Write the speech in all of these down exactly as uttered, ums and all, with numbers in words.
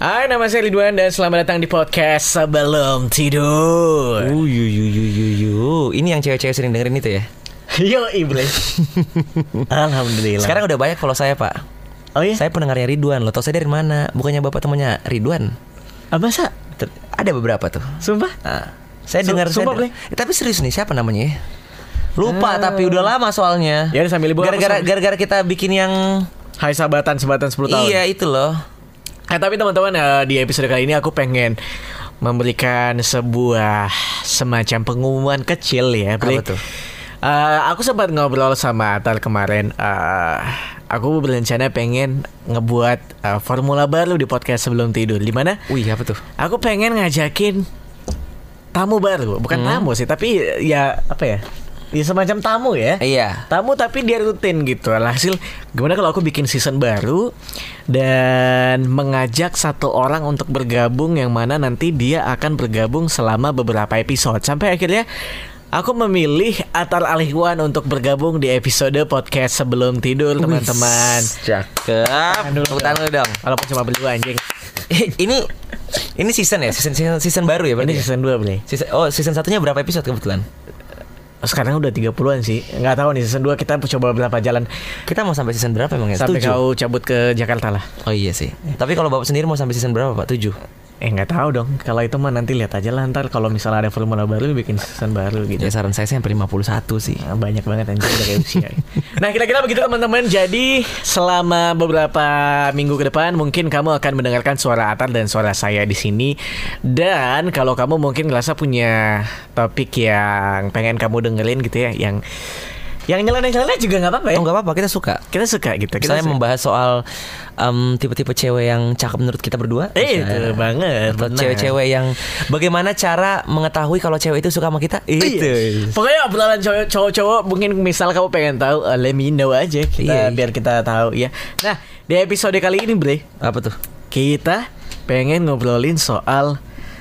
Hai, nama saya Ridwan dan selamat datang di podcast Sebelum Tidur. Uh, yu, yu, yu, yu, yu. Ini yang cewek-cewek sering dengerin itu ya? Yo, iblis. Alhamdulillah. Sekarang udah banyak follow saya, Pak. Oh iya? Saya pendengarnya Ridwan. Lo tau saya dari mana? Bukannya bapak temannya Ridwan? Ah, masa? Ter- Ada beberapa tuh. Sumpah? Nah, saya Su- dengar sumpah, saya, boleh? eh, tapi serius nih, siapa namanya ya? Lupa, Ah. tapi udah lama soalnya. Ya, sambil liburan Gara-gara aku sama- gara-gara kita bikin yang Hai sahabatan, sebatan sepuluh tahun. Iya, itu loh. Eh, tapi teman-teman, eh, di episode kali ini aku pengen memberikan sebuah semacam pengumuman kecil ya. Apa tuh? Eh, aku sempat ngobrol sama Atal kemarin. Eh, aku berencana pengen ngebuat eh, formula baru di podcast Sebelum Tidur. Di mana? Wih, apa tuh? Aku pengen ngajakin tamu baru, bukan Hmm. tamu sih, tapi ya apa ya? Ya semacam tamu ya. Iya. Tamu tapi dia rutin gitu. Alhasil gimana kalau aku bikin season baru dan mengajak satu orang untuk bergabung, yang mana nanti dia akan bergabung selama beberapa episode sampai akhirnya aku memilih Atar Alihwan untuk bergabung di episode podcast Sebelum Tidur, teman-teman. Cakep. dulu Tepuk tangan dulu dong. Walaupun cuma berdua anjing. Eh, ini ini season ya, season season, season baru ya berarti. Ini ya? season dua boleh. Season, oh, season satunya berapa episode kebetulan? Sekarang udah tiga puluhan sih. Nggak tahu nih season dua kita coba berapa jalan. Kita mau sampai season berapa emang ya? Sampai Tujuh? kau cabut ke Jakarta lah. Oh iya sih. Tapi kalau Bapak sendiri mau sampai season berapa, Pak? Tujuh? Eh nggak tahu dong. Kalau itu mah nanti lihat aja lah. Ntar kalau misalnya ada formula baru bikin season baru gitu. Ya saran saya sih sampai lima puluh satu sih. Nah, banyak banget anjing udah kayak usia. Nah, kira-kira begitu teman-teman. Jadi selama beberapa minggu ke depan mungkin kamu akan mendengarkan suara Atar dan suara saya di sini. Dan kalau kamu mungkin ngerasa punya topik yang pengen kamu dengerin gitu ya, yang yang nyeleneh-nyeleneh juga nggak apa-apa ya. Oh nggak apa-apa, kita suka. Kita suka gitu. Kita Misalnya suka. membahas soal um, tipe-tipe cewek yang cakep menurut kita berdua. Eh, Misalnya. itu banget. Atau benar. cewek-cewek yang bagaimana cara mengetahui kalau cewek itu suka sama kita? Itu. Iya. Pokoknya obrolan cowok- cowok-cowok mungkin misal kamu pengen tahu, uh, let me know aja kita Iya. biar kita tahu ya. Nah, di episode kali ini, Bre, Apa tuh? kita pengen ngobrolin soal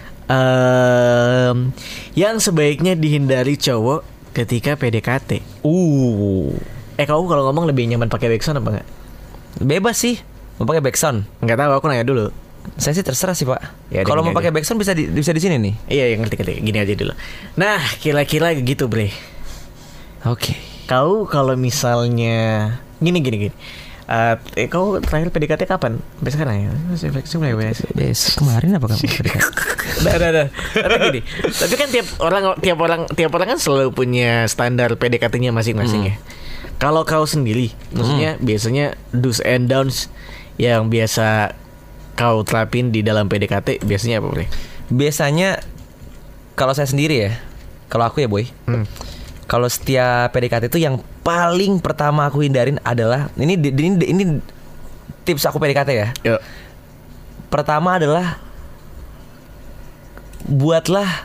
um, yang sebaiknya dihindari cowok ketika P D K T. Uh. Eh, kamu kalau ngomong lebih nyaman pakai backsound apa enggak? Bebas sih. Mau pakai backsound? Enggak tahu, aku nanya dulu. Saya sih terserah sih, Pak. Ya, Kalau gini mau pakai aja. backsound bisa di, bisa di sini nih. Iya, yang ngerti-ngerti. Gini aja dulu. Nah, kira-kira gitu, Bre. Oke. Kau kalau misalnya gini gini gini. Uh, eh, kau terakhir P D K T kapan? Sampai sekarang ya? Masih fleksibel ya, Bes? Besok kemarin apa kamu? Dah, dah, dah. Tapi gini, tapi kan tiap orang tiap orang tiap orang kan selalu punya standar P D K T-nya masing-masing Hmm. ya. Kalau kau sendiri, maksudnya biasanya do's and don'ts yang biasa kau terapin di dalam P D K T biasanya apa, Bre? Biasanya kalau saya sendiri ya, kalau aku ya boy, Hmm. kalau setiap P D K T itu yang paling pertama aku hindarin adalah ini ini ini tips aku P D K T ya. Yuk. Pertama adalah buatlah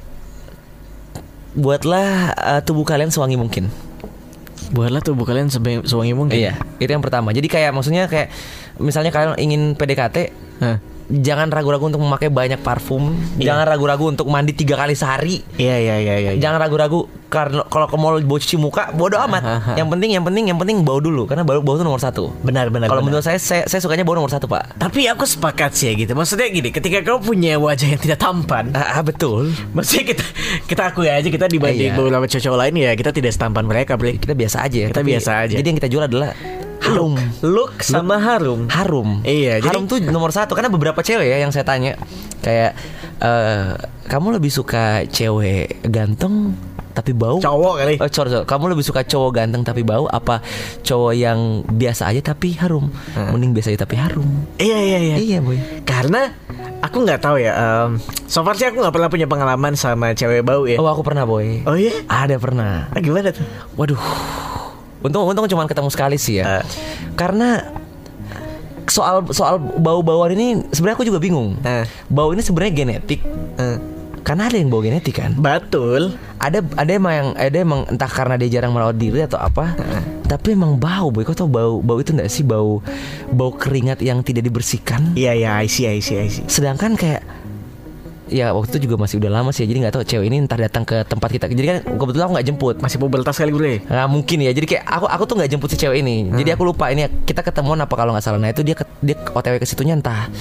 buatlah uh, tubuh kalian sewangi mungkin. Buatlah tubuh kalian sebe- sewangi mungkin. Iya, itu yang pertama. Jadi kayak maksudnya kayak misalnya kalian ingin P D K T, Hah. jangan ragu-ragu untuk memakai banyak parfum, Iya. jangan ragu-ragu untuk mandi tiga kali sehari. Iya iya iya iya. Jangan ragu-ragu karena kalau ke mall bau cuci muka bodo amat. Aha. Yang penting yang penting yang penting bau dulu karena bau bau itu nomor satu. Benar benar. Kalau benar. menurut saya, saya saya sukanya bau nomor satu, Pak. Tapi aku sepakat sih ya gitu. Maksudnya gini, ketika kau punya wajah yang tidak tampan, Ah, ah, betul. maksudnya kita kita akui aja kita dibanding Iya. beberapa cowok lain ya kita tidak setampan mereka, Bre. Kita biasa aja. Kita tapi- biasa aja. Jadi yang kita jual adalah harum. Look sama harum. Harum. Iya, jadi- Harum tuh nomor satu karena beberapa cewek ya yang saya tanya kayak eh, kamu lebih suka cewek ganteng tapi bau? Cowok kali. Oh, sorry, sorry. Kamu lebih suka cowok ganteng tapi bau apa cowok yang biasa aja tapi harum? Mending biasa aja tapi harum. Iya iya iya. Iya, boy. Karena aku nggak tahu ya. Um, so far sih aku nggak pernah punya pengalaman sama cewek bau ya. Oh, aku pernah, boy. Oh iya? Ada pernah. Ah, gimana tuh? Waduh. Untung untung cuma ketemu sekali sih ya. Ah. Karena soal soal bau-bauan ini sebenarnya aku juga bingung. Ah. Bau ini sebenarnya genetik. Eh, Karena ada yang bau genetik kan. betul. Ada ada emang yang ada emang entah karena dia jarang merawat diri atau apa. Tapi emang bau, boy. Kau tau bau bau itu enggak sih bau bau keringat yang tidak dibersihkan? Iya iya, I see I see I see. Sedangkan kayak ya waktu itu juga masih udah lama sih, jadi nggak tahu cewek ini entah datang ke tempat kita. Jadi kan kebetulan aku nggak jemput. Masih pubertas kali gue. Nggak mungkin ya. Jadi kayak aku aku tuh nggak jemput si cewek ini. Jadi aku lupa ini kita ketemuan apa kalau nggak salah. Nah itu dia ke, dia O T W ke situnya entah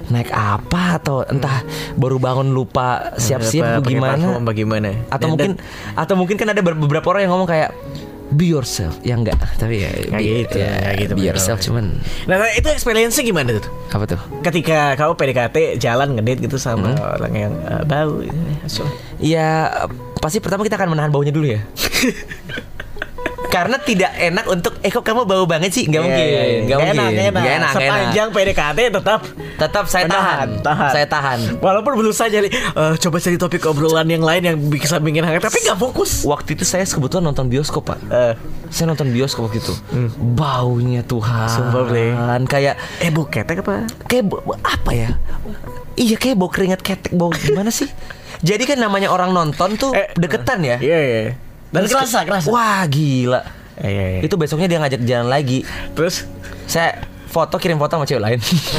naik apa atau entah baru bangun lupa siap-siap Apa, pakai bagaimana parfum bagaimana. atau Dan- mungkin atau mungkin kan ada ber- beberapa orang yang ngomong kayak be yourself, ya enggak, tapi ya Nggak be, gitu, ya, nggak gitu, be betul. yourself cuman Nah, itu experience-nya gimana tuh? apa tuh? Ketika kamu P D K T jalan ngedate gitu sama Hmm. orang yang uh, bau. So, Ya pasti pertama kita akan menahan baunya dulu ya. Karena tidak enak untuk eh kok kamu bau banget sih, nggak Iya, mungkin, iya, iya. nggak Nggak mungkin, enak, nggak enak. nggak enak, nggak enak. Sepanjang P D K T tetap Tetap saya tahan, Menahan, tahan. saya tahan. Walaupun berusaha jadi eh, coba cari topik obrolan yang lain yang bisa bikin hangat, tapi nggak fokus. Waktu itu saya kebetulan nonton bioskop pak. Eh, Saya nonton bioskop waktu itu. Baunya Tuhan. Sumpah, Bre. Kayak eh bu ketek apa? kayak bau- apa ya? Iya kayak bau keringat ketek, bau gimana sih? Jadi kan namanya orang nonton tuh Eh, deketan ya. Iya iya. Dan Terus kerasa kerasa. Wah gila. Eh, iya, iya. Itu besoknya dia ngajak jalan lagi. Terus Saya foto kirim foto sama cewek lain.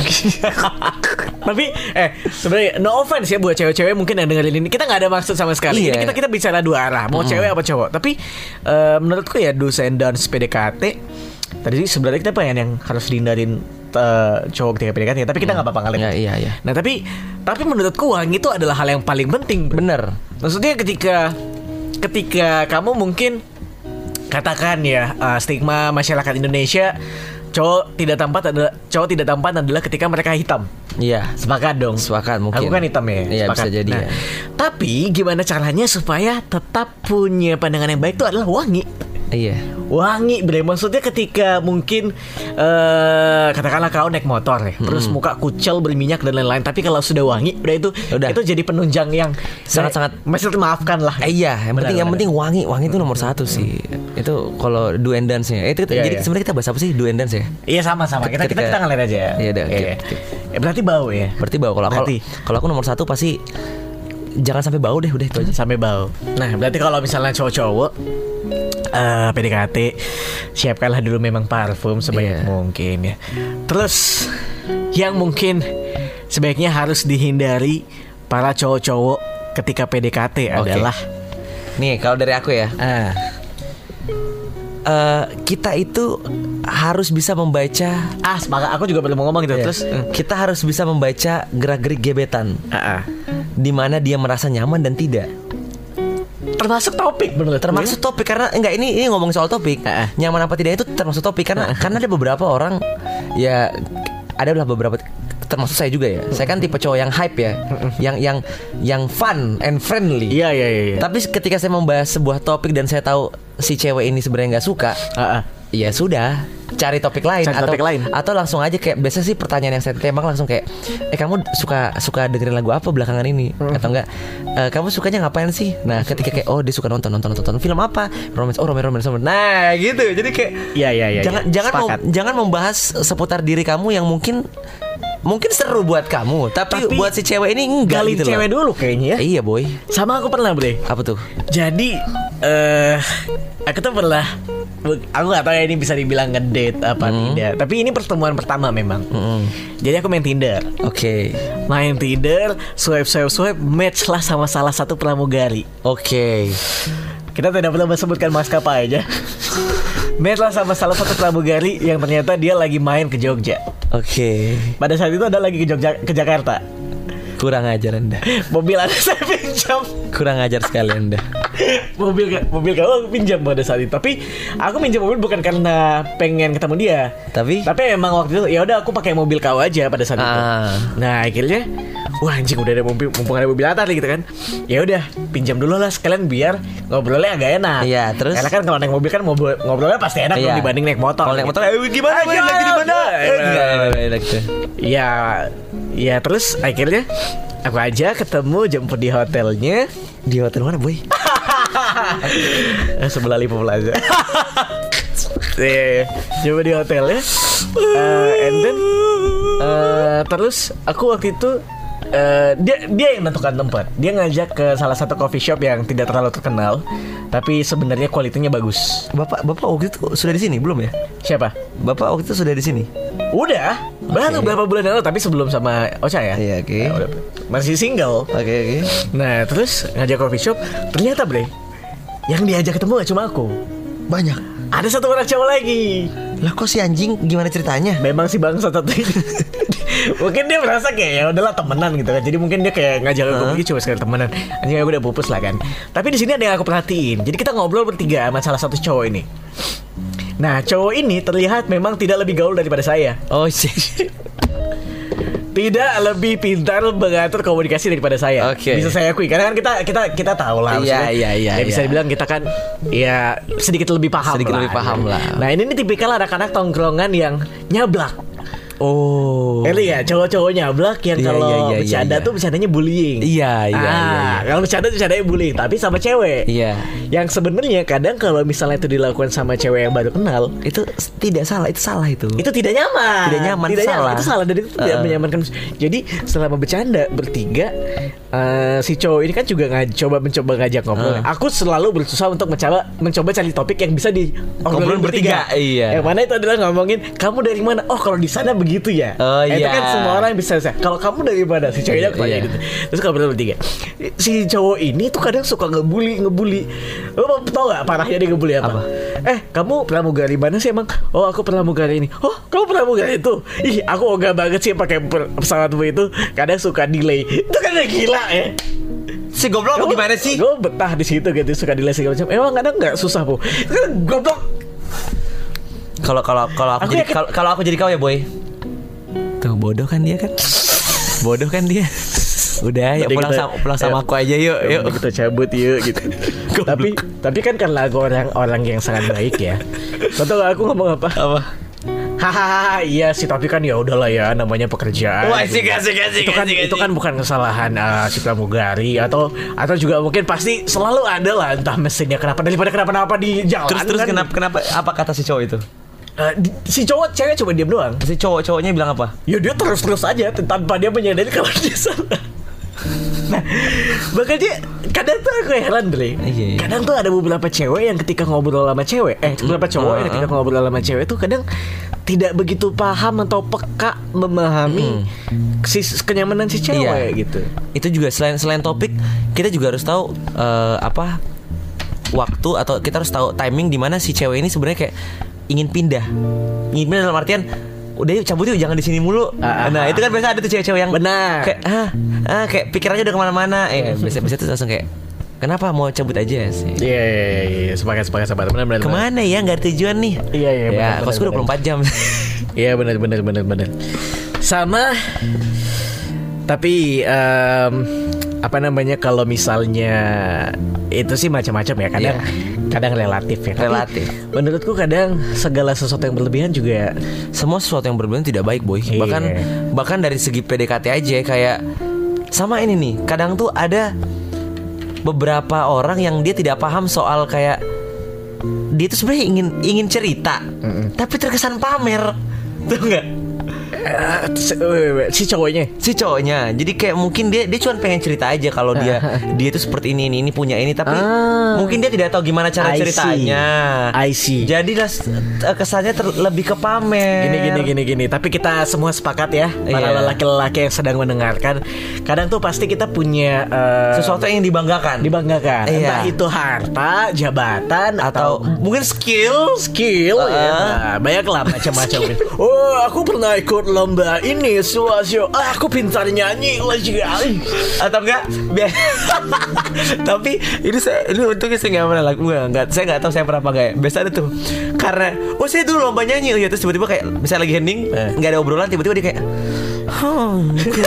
tapi eh sebenarnya no offense ya buat cewek-cewek mungkin yang dengerin ini, kita nggak ada maksud sama sekali. Iya. Ini kita kita bicara dua arah, mau cewek apa cowok. Tapi eh, menurutku ya do's and don'ts P D K T. Tadi sebenarnya kita pengen yang harus dihindarin eh, cowok ketika P D K T, tapi kita nggak apa-apa ngalamin. Ya, iya iya. Nah tapi tapi menurutku wangi itu adalah hal yang paling penting. Bro. Bener. Maksudnya ketika ketika kamu mungkin katakan ya uh, stigma masyarakat Indonesia cowok tidak tampan adalah cowok tidak tampan adalah ketika mereka hitam. Iya. Sepakat dong. Sepakat mungkin. Aku kan hitam ya. Iya Sepakat. bisa jadi Nah, ya. tapi gimana caranya supaya tetap punya pandangan yang baik itu adalah wangi. Iya. Wangi bre, maksudnya ketika mungkin eh katakanlah kau naik motor ya, terus muka kucel berminyak dan lain-lain, tapi kalau sudah wangi bre itu Udah. itu jadi penunjang yang Sangat-sangat- masih maafkan lah. Eh, iya, yang penting yang Benar, penting wangi, wangi itu nomor satu sih. Itu kalau do and dance-nya. Eh, itu Iya, jadi iya. sebenarnya kita bahas apa sih do and dance ya? Iya sama-sama. Kita kita Ketika- kita ngalir aja. Iya, udah, Iya. oke, oke. Eh, berarti bau ya. Berarti bau. Kalau kalau Berarti. kalau aku nomor satu pasti jangan sampai bau deh, udah itu aja. Sampai bau. Nah, berarti kalau misalnya cowok-cowok eh P D K T, siapkanlah dulu memang parfum sebanyak Iya. mungkin ya. Terus yang mungkin sebaiknya harus dihindari para cowok-cowok ketika P D K T Oke. adalah Nih, kalau dari aku ya, ah eh, kita itu harus bisa membaca. ah sepakat, aku juga belum mau ngomong gitu. Ya, Terus eh, kita harus bisa membaca gerak-gerik gebetan, ah, ah. di mana dia merasa nyaman dan tidak. termasuk topik menurut Termasuk topik karena enggak ini ini ngomong soal topik. Heeh. Nyaman apa tidak itu termasuk topik karena karena ada beberapa orang ya adalah beberapa termasuk saya juga ya. Saya kan tipe cowok yang hype ya, yang yang yang fun and friendly. Iya iya iya. iya. Tapi ketika saya membahas sebuah topik dan saya tahu si cewek ini sebenarnya nggak suka, Ah, ah. ya sudah, cari topik lain Cari atau topik lain. atau langsung aja kayak biasa sih pertanyaan yang saya tembak langsung kayak eh kamu suka suka dengerin lagu apa belakangan ini atau enggak "Eh, kamu sukanya ngapain sih?" Nah, ketika kayak oh dia suka nonton nonton nonton film apa? Romance. Oh, romance romance. romance. Nah, gitu. Jadi kayak Iya iya iya. jangan iya. jangan mau, Sepakat. jangan membahas seputar diri kamu yang mungkin mungkin seru buat kamu, tapi, Tapi buat si cewek ini enggak gali gitu cewek loh. dulu kayaknya ya. Iya, boy. Sama aku pernah bre. Apa tuh? Jadi eh aku tuh pernah, aku gak tahu ya ini bisa dibilang ngedate apa tidak. Tapi ini pertemuan pertama memang. Mm-mm. Jadi aku main Tinder. Oke. Main Tinder, swipe swipe swipe, match lah sama salah satu pramugari. Oke. Kita tidak perlu sebutkan maskapai aja. Match lah sama salah satu pramugari yang ternyata dia lagi main ke Jogja. Oke. Pada saat itu ada lagi ke Jogja, ke Jakarta. Kurang ajar Anda. Mobil ada saya pinjam. Kurang ajar sekali Anda. mobil mobil kamu aku pinjam pada saat itu. Tapi aku pinjam mobil bukan karena pengen ketemu dia. Tapi Tapi emang waktu itu ya udah aku pakai mobil kau aja pada saat itu. Ah. Nah akhirnya wah anjing udah ada mobil, mumpung ada mobil atas gitu kan. Ya udah pinjam dulu lah sekalian biar ngobrolnya agak enak. Iya, terus? Karena kan kalau naik mobil kan ngobrol, ngobrolnya pasti enak Iya. dong dibanding naik motor. Kalau naik gitu. motor, eh, gimana? Ah, Balik lagi di mana? iya, Eh, iya. enggak, enggak enak tuh. Ya, ya terus akhirnya aku aja ketemu jemput di hotelnya. Di hotel mana, boy? Eh, sebelah Lipo Plaza. Iya, coba di hotelnya. Uh, and then uh, terus aku waktu itu uh, dia dia yang menentukan tempat. Dia ngajak ke salah satu coffee shop yang tidak terlalu terkenal, tapi sebenarnya kualitinya bagus. Bapak, bapak waktu itu sudah di sini belum ya? Siapa? Bapak waktu itu sudah di sini. Udah, baru Oke. beberapa bulan lalu, tapi sebelum sama Ocha ya. Iya, oke. Nah, udah. Masih single. Oke, oke. Nah terus ngajak coffee shop. Ternyata bre, yang diajak ketemu gak cuma aku. Banyak. Ada satu orang cowok lagi. Lah kok si anjing gimana ceritanya? Memang si bangsa satu ini Mungkin dia merasa kayak ya udahlah temenan gitu kan. Jadi mungkin dia kayak ngajak aku pergi cuma sekali temenan. Anjing aku udah pupus lah kan. Tapi di sini ada yang aku perhatiin. Jadi kita ngobrol bertiga sama salah satu cowok ini. Nah, cowok ini terlihat memang tidak lebih gaul daripada saya. Oh shit. Tidak lebih pintar mengatur komunikasi daripada saya. Oke. Bisa saya akui karena kan kita kita kita tahu lah. Iya, maksudnya. iya, iya, Ya bisa iya. dibilang kita kan ya sedikit lebih paham Sedikit lah. lebih paham lah. Nah, ini nih tipikal anak-anak tongkrongan yang nyablak. Oh. Ngerti ya, cowok-cowok nyablak yang Iya, kalau iya, iya, bercanda iya. tuh bercandanya bullying. Iya, iya, ah, iya, iya. Kalau bercanda tuh bercandanya bullying, tapi sama cewek. Iya. Yang sebenarnya kadang kalau misalnya itu dilakukan sama cewek yang baru kenal, Itu tidak salah, itu salah itu. itu tidak nyaman. Tidak nyaman, tidak salah. Itu salah dan itu tidak Uh. menyamankan. Jadi selama bercanda bertiga, eh, si cowok ini kan juga ngaj- coba mencoba ngajak ngobrol. Uh. Aku selalu berusaha untuk mencoba mencoba cari topik yang bisa di Ngobrol obrolin bertiga, iya. Yang mana itu adalah ngomongin kamu dari mana? Oh kalau di sana begitu ya. Oh, Itu iya. kan semua orang bisa. Kalau kamu dari mana? Si cowok ini aku tanya Iya. gitu. Terus ngobrol bertiga. Si cowok ini tuh kadang suka ngebully ngebully. Lo mau tau gak parahnya dia ngebully apa? Apa? Eh kamu pramugari mana sih emang? Oh aku pramugari ini. Oh kamu pramugari itu? Ih aku ogah banget sih pakai per- pesawatmu itu. Kadang suka delay. Itu kan udah gila ya. Si goblok Kamu- gimana sih? Gue betah di situ gitu suka delay segala macam. Emang kadang nggak susah bu. Itu kan goblok. Kalau kalau kalau aku, Aku jadi yakin- kalau kalau aku jadi kau ya boy. Tuh bodoh kan dia kan. Bodoh kan dia. Udah yuk Mending pulang kita- sama pulang sama ayo. aku aja yuk. Yuk. Yuk kita cabut yuk gitu. tapi tapi kan karena aku orang orang yang sangat baik ya. Kau tahu aku ngomong apa? Apa? Hahaha iya sih tapi kan ya udahlah ya namanya pekerjaan. Wah, asik, asik, asik, itu kan asik, asik. itu kan bukan kesalahan uh, si pramugari atau atau juga mungkin pasti selalu ada lah entah mesinnya kenapa daripada kenapa-napa di jalan. Terus terus kan. kenapa kenapa apa kata si cowok itu? Uh, di- si cowok cewek cuma diam doang. Si cowok-cowoknya bilang apa? Ya dia terus-terus aja tanpa dia menyadari kalau dia salah. Nah, bahkan dia kadang tuh aku heran Bre. Iya, iya. Kadang tuh ada beberapa cewek yang ketika ngobrol sama cewek, eh beberapa cowok yang ketika ngobrol sama cewek tuh kadang tidak begitu paham atau peka memahami si kenyamanan si cewek Iya. gitu. Itu juga selain selain topik, kita juga harus tahu eh, apa waktu atau kita harus tahu timing di mana si cewek ini sebenarnya kayak ingin pindah. Ingin pindah dalam artian udah yuk cabut yuk jangan di sini mulu. Ah, ah, Nah, ah. itu kan biasa ada tuh cewek-cewek yang Benar. kayak ah, ah kayak pikirannya udah kemana-mana. Eh, biasa biasa tuh langsung kayak kenapa mau cabut aja sih? Iya iya iya, iya. sepakat sepakat sepakat benar benar. benar. Kemana ya nggak ada tujuan nih? Iya, iya, Ya, benar, kosku benar, dua puluh empat jam. Iya benar benar benar benar. Sama tapi em, apa namanya kalau misalnya itu sih macam-macam ya kadang kadang relatif ya. Tapi Relatif. menurutku kadang segala sesuatu yang berlebihan juga Semua sesuatu yang berlebihan tidak baik boy. Iya. Bahkan bahkan dari segi P D K T aja kayak sama ini nih. Kadang tuh ada beberapa orang yang dia tidak paham soal kayak dia tuh sebenarnya ingin ingin cerita, tapi terkesan pamer, tuh nggak? eh, si, si cowoknya. Si cowoknya, jadi kayak mungkin dia dia cuma pengen cerita aja kalau dia dia tuh seperti ini ini ini punya ini, tapi Ah. mungkin dia tidak tahu gimana cara I see. ceritanya. I see. Jadilah eh, kesannya ter- lebih ke pamer. Gini gini gini gini. Tapi kita semua sepakat ya para Iya. lelaki-lelaki yang sedang mendengarkan. Kadang tuh pasti kita punya eh, Sesuatu yang dibanggakan. dibanggakan. Iya. Entah itu harta, jabatan atau atau mungkin skill. skill ya. Uh. Nah, banyak lah macam-macam. Oh, aku pernah ikut lomba ini, suasio. Ah, aku pintar nyanyi lagi. Atau enggak biar tapi ini saya ini untungnya saya nggak pernah lagu nggak nggak saya nggak tahu saya pernah apa nggak ya. Biasa ada tuh karena oh saya dulu lomba nyanyi ya terus tiba-tiba kayak misalnya lagi hening nggak ada obrolan tiba-tiba dia kayak oh,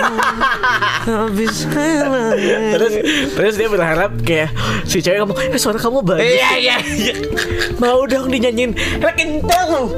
habis terus terus dia berharap kayak si cewek ngomong, eh suara kamu bagus. iya iya iya Mau dong dinyanyiin. Kenceng.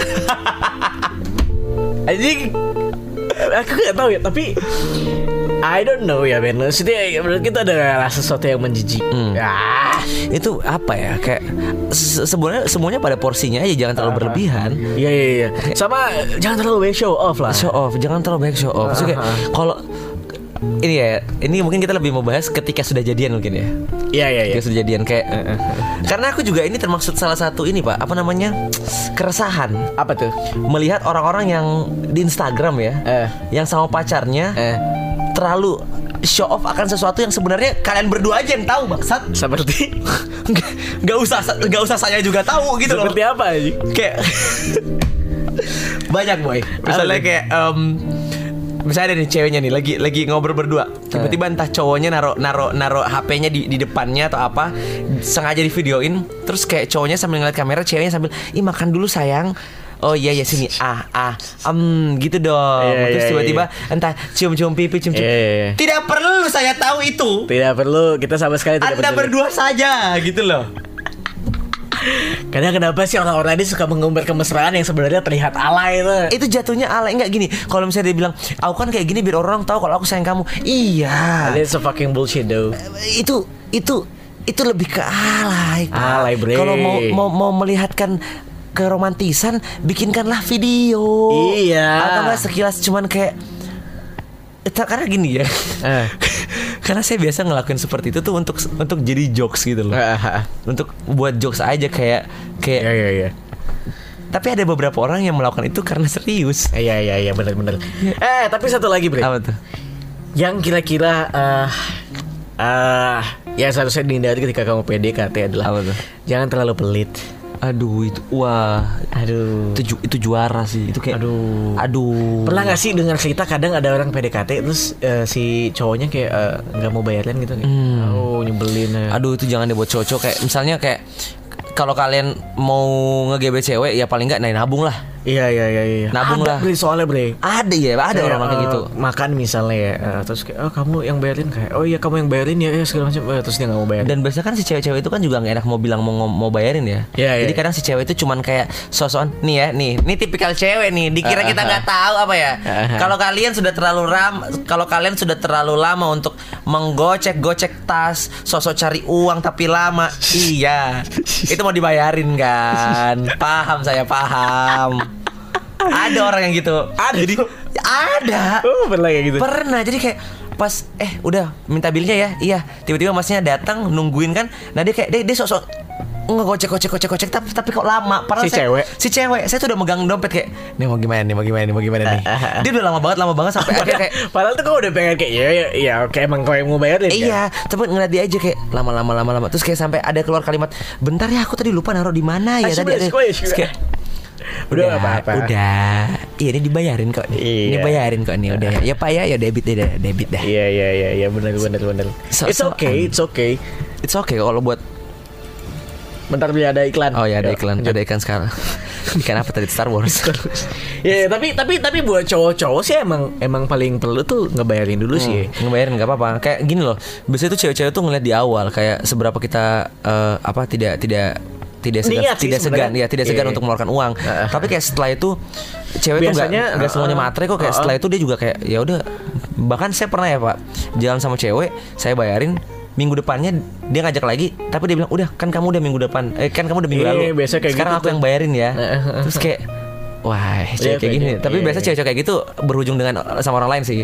Anjing. Aku gak tahu ya, tapi I don't know ya Ben. Maksudnya menurut kita adalah sesuatu yang menjijik. Ah, itu apa ya kayak se- sebenarnya semuanya pada porsinya aja jangan terlalu berlebihan. iya iya iya. Sama jangan terlalu banyak show off lah. Show off jangan terlalu banyak show off. Maksudnya kayak, kalau ini ya ini mungkin kita lebih mau bahas ketika sudah jadian mungkin ya. Iya iya iya. Ketika sudah jadian kayak karena aku juga ini termaksud salah satu ini Pak apa namanya keresahan Apa tuh? melihat orang-orang yang di Instagram ya Eh. yang sama pacarnya Eh. terlalu show off akan sesuatu yang sebenarnya kalian berdua aja yang tahu bangsat. Seperti Nggak- nggak usah nggak usah saya juga tahu gitu loh. seperti apa anjing? Kayak banyak boy. Misalnya Apa? kayak em, misalnya ada nih ceweknya nih lagi lagi ngobrol berdua, tiba-tiba entah cowoknya naro naro naro H P-nya di, di depannya atau apa, sengaja di videoin, terus kayak cowoknya sambil ngeliat kamera, ceweknya sambil, ih makan dulu sayang. Oh iya ya sini ah ah um, gitu dong. Yeah, terus yeah, tiba-tiba yeah. entah cium-cium pipi cium-cium. Yeah, yeah, yeah. Tidak perlu saya tahu itu. Tidak perlu, kita sama sekali tidak. Anda berdua saja gitu loh. Karena kenapa sih orang-orang ini suka mengumbar kemesraan yang sebenarnya terlihat alay itu? Itu jatuhnya alay. Enggak gini, kalau misalnya dia bilang aku kan kayak gini biar orang tahu kalau aku sayang kamu. Iya. It's a fucking bullshit though. Itu itu itu lebih ke alay. Alay bre. Kalau mau mau mau melihatkan keromantisan, bikinkanlah video. Iya. Atau enggak sekilas cuman kayak karena gini ya. Eh. Karena saya biasa ngelakuin seperti itu tuh untuk untuk jadi jokes gitu loh. Untuk buat jokes aja kayak kayak Iya iya iya. Tapi ada beberapa orang yang melakukan itu karena serius. Iya iya iya benar-benar. Eh, tapi satu lagi, Bre. Apa tuh? Yang kira-kira uh, uh, yang seharusnya dihindari ketika kamu P D K T adalah apa tuh? Jangan terlalu pelit. Aduh itu wah, aduh itu ju, itu juara sih itu kayak aduh aduh. Pernah nggak sih dengar cerita kadang ada orang P D K T terus uh, si cowoknya kayak nggak uh, mau bayarin gitu? Hmm. Oh nyebelin. Ya. Aduh itu jangan deh buat cowok kayak misalnya kayak kalau kalian mau nge-G B cewek ya paling nggak nah nabung lah. Iya iya iya iya. Nabung ada, lah. Bre, soalnya bre. Ada ya, ada kayak, orang kayak uh, gitu. Makan misalnya ya, uh, terus kayak oh kamu yang bayarin kayak oh iya kamu yang bayarin ya, ya segala macam. Uh, terus dia nggak mau bayarin. Dan biasanya kan si cewek-cewek itu kan juga nggak enak mau bilang mau mau bayarin ya. Yeah, Jadi yeah. kadang si cewek itu cuman kayak sosokan nih ya, nih, nih tipikal cewek nih. Dikira kita nggak tahu apa ya. Kalau kalian sudah terlalu ram, kalau kalian sudah terlalu lama untuk menggocek-gocek tas, sosok cari uang tapi lama, iya, itu mau dibayarin kan? Paham saya paham. Ada orang yang gitu. Ada. Jadi ada. Oh, pernah kayak gitu. Pernah. Jadi kayak pas eh udah minta bilnya ya. Iya. Tiba-tiba masnya datang nungguin kan. Nah dia kayak dia, dia sok-sok ngegocek gocek gocek gocek tapi tapi kok lama. Padahal si saya, cewek. Si cewek. Saya tuh udah megang dompet kayak nih mau gimana nih mau gimana nih mau gimana nih. Dia udah lama banget lama banget sampai akhirnya kayak padahal tuh kau udah pengen kayak ya ya, ya oke emang kau yang mau bayar deh. Iya, tapi ngeliat dia aja kayak lama-lama lama-lama terus kayak sampai ada keluar kalimat bentar ya aku tadi lupa naruh di mana ya tadi ada. Kayak, udah nggak apa-apa. Udah. Iya ini dibayarin kok nih. Iya. Ini bayarin kok nih udah. Ya Pak ya, ya debit deh, debit dah. Iya iya iya ya benar benar benar. So, it's okay, it's okay. It's okay kalau buat bentar beli ada iklan. Oh ya ada iklan, ada iklan sekarang. Iklan apa tadi Star Wars. Ya, ya tapi tapi tapi buat cowok-cowok sih emang emang paling perlu tuh ngebayarin dulu hmm, sih. Ngebayarin nggak apa-apa. Kayak gini loh. Biasanya tuh cewek-cewek tuh ngeliat di awal kayak seberapa kita uh, apa tidak tidak tidak segan Niat tidak sih, segan ya tidak segan yeah. untuk mengeluarkan uang. Uh, Tapi kayak setelah itu cewek biasanya, tuh nggak uh, semuanya matre kok kayak uh, setelah itu dia juga kayak ya udah. Bahkan saya pernah ya Pak jalan sama cewek saya bayarin minggu depannya dia ngajak lagi tapi dia bilang udah kan kamu udah minggu depan eh kan kamu udah minggu yeah, lalu sekarang gitu aku tuh yang bayarin ya. Terus kayak wah cewek yeah, kayak gini. Gitu. Tapi yeah, biasa cewek-cewek kayak gitu berujung dengan sama orang lain sih.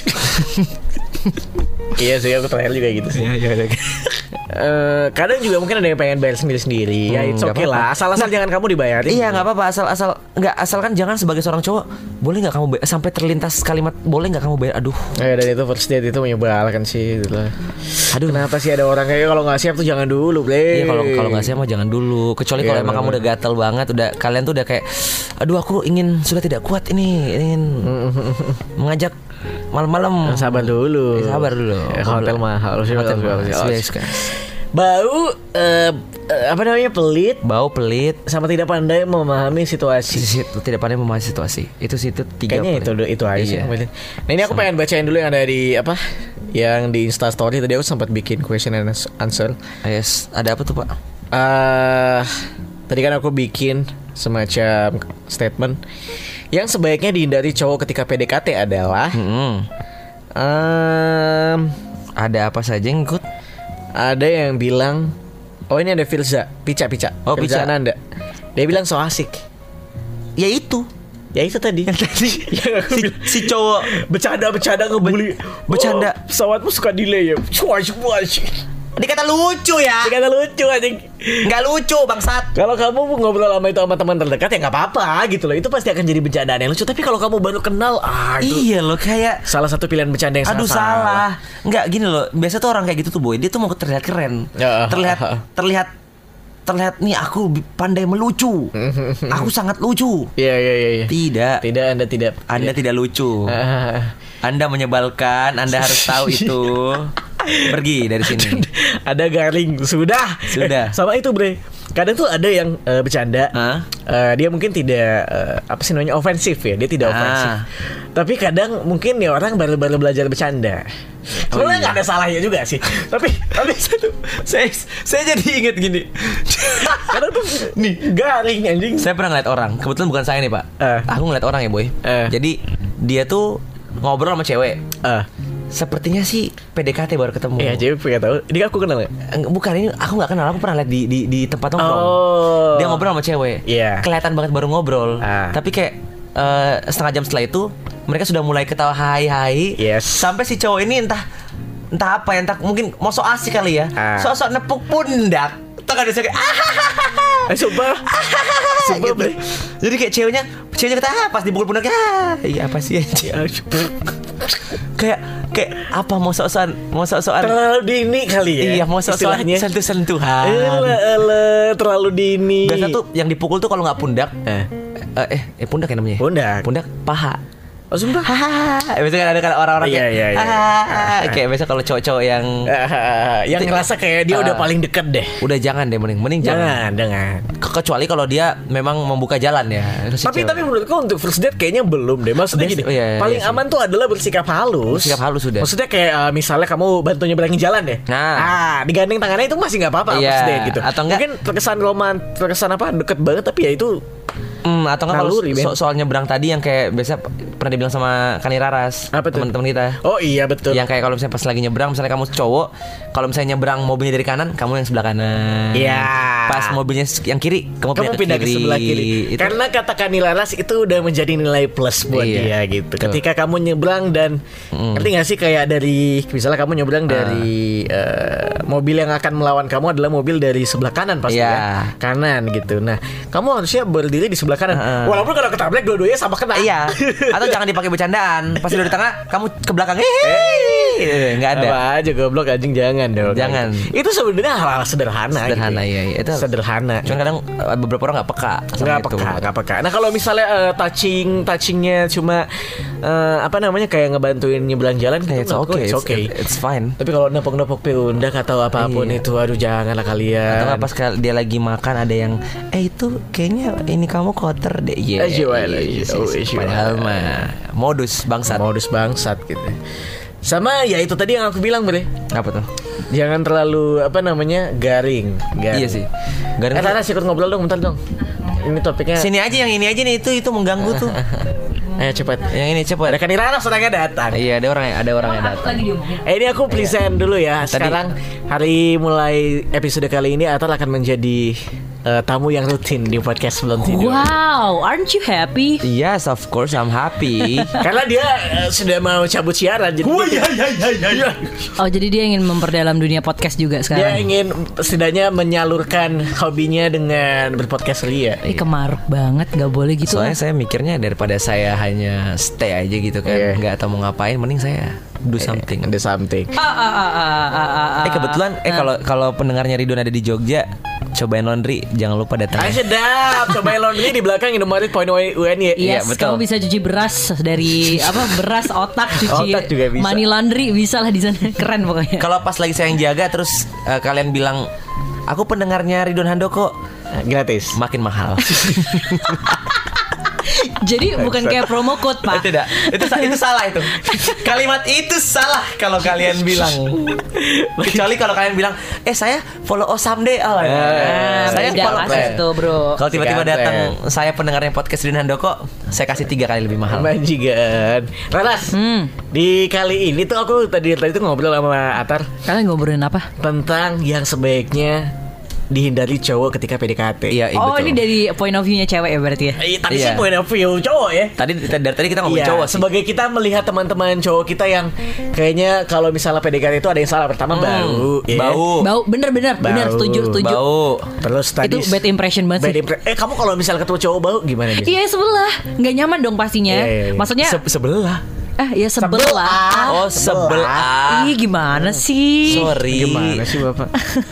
Iya sih aku terakhir juga gitu sih. Iya iya. Uh, kadang juga mungkin ada yang pengen bayar sendiri-sendiri. Hmm, ya it's okay lah. Asal-asal nah, jangan kamu dibayarin. Iya nggak apa-apa. Asal-asal nggak asalkan jangan sebagai seorang cowok boleh nggak kamu bayar, sampai terlintas kalimat boleh nggak kamu bayar. Aduh. Eh dan itu first date itu menyebalkan sih. Gitu. Aduh. Kenapa sih ada orang kayak kalau nggak siap tuh jangan dulu, Bre. Iya kalau kalau nggak siap mah jangan dulu. Kecuali yeah, kalau emang kamu udah gatel banget, udah kalian tuh udah kayak, aduh aku ingin sudah tidak kuat ini ingin mengajak malam-malam. Sabar dulu. Eh, sabar dulu. Eh, hotel mahal sih. Hotel mahal. Bau uh, apa namanya pelit, bau pelit, sama tidak pandai memahami situasi. Tidak pandai memahami situasi. Itu sih itu tiga. Kayaknya itu itu aja sih. Iya. Nah ini aku pengen bacain dulu yang ada di apa? Yang di Insta Story tadi aku sempat bikin question and answer. Yes. Ada apa tuh Pak? Uh, tadi kan aku bikin semacam statement yang sebaiknya dihindari cowok ketika P D K T adalah hmm. um, ada apa saja yang ikut? Ada yang bilang oh ini ada Filza Pica Pica oh, Filza Ananda. Dia bilang so asik. Ya itu Ya itu tadi yang tadi yang si, si cowok bercanda-bercanda ngebully. Bercanda oh, pesawatmu suka delay ya. Cuac-cuac. Dikata lucu ya. Dikata lucu anjing. Enggak lucu bangsat. Kalau kamu ngobrol sama itu sama teman terdekat ya enggak apa-apa gitu loh. Itu pasti akan jadi bercandaan yang lucu. Tapi kalau kamu baru kenal ah itu iya loh kayak salah satu pilihan bercanda yang aduh salah. salah. Enggak gini loh. Biasa tuh orang kayak gitu tuh boy, dia tuh mau terlihat keren. Terlihat terlihat terlihat nih aku pandai melucu. Aku sangat lucu. Iya iya iya. Tidak. Tidak Anda tidak. Anda tidak, tidak lucu. Anda menyebalkan, Anda harus tahu itu. Pergi dari sini. Ada garing. Sudah. Sudah. Eh, sama itu bre. Kadang tuh ada yang uh, bercanda. Hah? Uh, dia mungkin tidak uh, apa sih namanya ofensif ya. Dia tidak Ah. ofensif. Tapi kadang mungkin nih orang baru-baru belajar bercanda. Oh, Sebenarnya iya. nggak ada salahnya juga sih. tapi tapi satu, Saya saya jadi inget gini. kadang tuh nih garing anjing. Saya pernah ngeliat orang, kebetulan bukan saya nih pak. Eh. Aku ngeliat orang ya boy. Eh. Jadi dia tuh ngobrol sama cewek. Ah, Sepertinya sih P D K T baru ketemu. iya cewek pengen tahu. Ini aku kenal nggak? Eng- Bukan, ini aku nggak kenal. Aku pernah lihat di di, di tempat nongkrong. Oh. Dia ngobrol sama cewek. Iya. Kelihatan banget baru ngobrol. Ah. Tapi kayak eh, setengah jam setelah itu mereka sudah mulai ketawa hai-hai. Yes. Sampai si cowok ini entah entah apa ya, entah mungkin mau so asik kali ya. Ah. Sok-sok nepuk pundak. Tuh kan dia kayak ah, Eh sumpah. Sumpah gitu. bre. Jadi kayak ceweknya ceweknya kata ah, pas dipukul pundaknya ah, iya apa sih anjing? kayak kayak apa mau sok-sokan mau sok-sokan Terlalu dini kali ya. iya mau sok-sokan istilahnya. sentuh-sentuhan. Elah, elah, terlalu dini. Biasa tuh yang dipukul tuh kalau nggak pundak Eh. eh, eh eh pundak ya namanya. Pundak. Pundak paha. Oh sumpah. Hahaha. Biasa kan ada kan orang-orang Iya, kayak iya, iya. "Hahaha." Kayak biasa kalau cowok-cowok yang Ah, yang Itu- ngerasa kayak dia Ah. udah paling deket deh. udah jangan deh mending mending jangan. Jangan, jangan. Ke- Kecuali kalau dia memang membuka jalan ya. Si Tapi cewek. tapi menurutku untuk first date kayaknya belum deh. Maksudnya Biasa- gini, oh, iya, iya, paling iya sih. aman tuh adalah bersikap halus. Bersikap halus sudah. Maksudnya kayak uh, misalnya kamu bantu nyeberangin jalan deh. Nah. ah, digandeng tangannya itu masih nggak apa-apa Iya. first date gitu. Atau enggak- Mungkin terkesan roman, terkesan apa deket banget tapi ya itu Hmm, atau nggak kalau Naluri, Ben. so- soal nyebrang tadi yang kayak biasa pernah dibilang sama Kani Raras, Apa tuh? teman-teman kita. oh iya betul. Yang kayak kalau misalnya pas lagi nyebrang, misalnya kamu cowok, kalau misalnya nyebrang mobilnya dari kanan, kamu yang sebelah kanan. Iya. Pas mobilnya yang kiri, kamu, Kamu pindah ke sebelah kiri. Itu- Karena kata Kanilaras itu udah menjadi nilai plus buat Iya. dia gitu. Betul. Ketika kamu nyebrang dan Mm. ngerti gak sih kayak dari misalnya kamu nyebrang Ah. dari eh, mobil yang akan melawan kamu adalah mobil dari sebelah kanan pasti Iya. ya. Kanan gitu. Nah, kamu harusnya berdiri di sebelah kanan. Heeh. Walaupun kalau ketabrak dua-duanya sama kena. Iya. Atau jangan dipakai bercandaan. Pas udah di tengah, kamu ke belakang. Hehehe. Nggak ada. Apa aja goblok anjing jangan dong. Jangan. Itu sebenarnya hal-hal sederhana. Sederhana, gitu. iya, iya. Itu- sederhana. Cuman kadang eh, beberapa orang nggak peka sama Nggak itu. peka, nggak peka. Nah kalau misalnya eh, touching, touchingnya cuma eh, apa namanya kayak ngebantuin nyebelang jalan, Eh, itu it's menurutku okay. it's It's, okay. it's fine. Tapi kalau nepok-nepok pundak atau apapun Iya. itu, aduh janganlah kalian. Atau nggak pas kal- dia lagi makan ada yang eh itu kayaknya ini kamu kotor deh. Iya. Eh, jual, iya, oh, iya, jual. Padahal mah modus bangsat. modus bangsat gitu. Sama ya itu tadi yang aku bilang bre, Apa tuh? jangan terlalu apa namanya garing. garing. Iya sih. Garing Eh tuh- Tara ikut ngobrol dong, bentar dong. Ini topiknya. Sini aja yang ini aja nih, itu itu mengganggu tuh. Ayo cepat. Yang ini Ada cepat. Kanirana sedangnya datang. Iya, ada orang ada orang yang datang. Eh ini aku present dulu ya. Sekarang hari mulai episode kali ini Atal akan menjadi eh, tamu yang rutin di podcast sebelum tidur. Wow, aren't you happy? Yes, of course I'm happy. Karena dia eh, sudah mau cabut siaran jadi dia, Oh, jadi dia ingin memperdalam dunia podcast juga dia sekarang. ingin setidaknya menyalurkan hobinya dengan berpodcast ria. Ih, kemaruk banget, gak boleh gitu. Soalnya saya mikirnya daripada saya hanya stay aja gitu kan, Iya. nggak tahu mau ngapain, mending saya do something. Ada something. Ah, ah, ah, ah, ah, ah, ah. Eh kebetulan eh kalau kalau pendengarnya Ridwan ada di Jogja, cobain laundry, jangan lupa datang. Ah sedap. Cobain laundry di belakang Indomaret Point U N Y. Yes, Iya, betul. kamu bisa cuci beras dari apa beras otak, cuci Otak juga bisa. money laundry bisa lah di sana. Keren pokoknya. Kalau pas lagi saya yang jaga terus eh, kalian bilang aku pendengarnya Ridwan Handoko, Gratis. makin mahal. Jadi bukan kayak promo code, Eh, Pak. tidak, itu sa- itu salah itu. Kalimat itu salah kalau kalian bilang. Kecuali kalau kalian bilang, eh saya follow Osam deh. Oh, Nah, saya beda follow. kasus tuh, Bro. Kalau tiba-tiba Sekanten. datang saya pendengarnya podcast Ridwan Handoko, saya kasih tiga kali lebih mahal. Majikan. Ranas. Hmm. Di kali ini tuh aku tadi tadi tuh ngobrol sama Atar Kalian ngobrolin apa? tentang yang sebaiknya dihindari cowok ketika P D K T. Iya, iya, Oh, betul. ini dari point of view-nya cewek ya berarti ya? Eh, tadi Iya. sih point of view cowok ya. Tadi dari tadi kita ngomongin Iya, cowok sih. sebagai kita melihat teman-teman cowok kita yang kayaknya kalau misalnya P D K T itu ada yang salah. Pertama Hmm, bau, ya. bau. Bau, bener-bener, bener, Bau. setuju, setuju. Bau. Terus tadi Itu bad impression banget bad sih. impre- Eh kamu kalau misalnya ketemu cowok bau gimana dia? Iya sebelah, nggak nyaman dong pastinya. Iya, iya, iya. Maksudnya Se- sebelah. Eh ya sebelah. Oh sebelah. Ih gimana sih? Sorry. Gimana sih Bapak?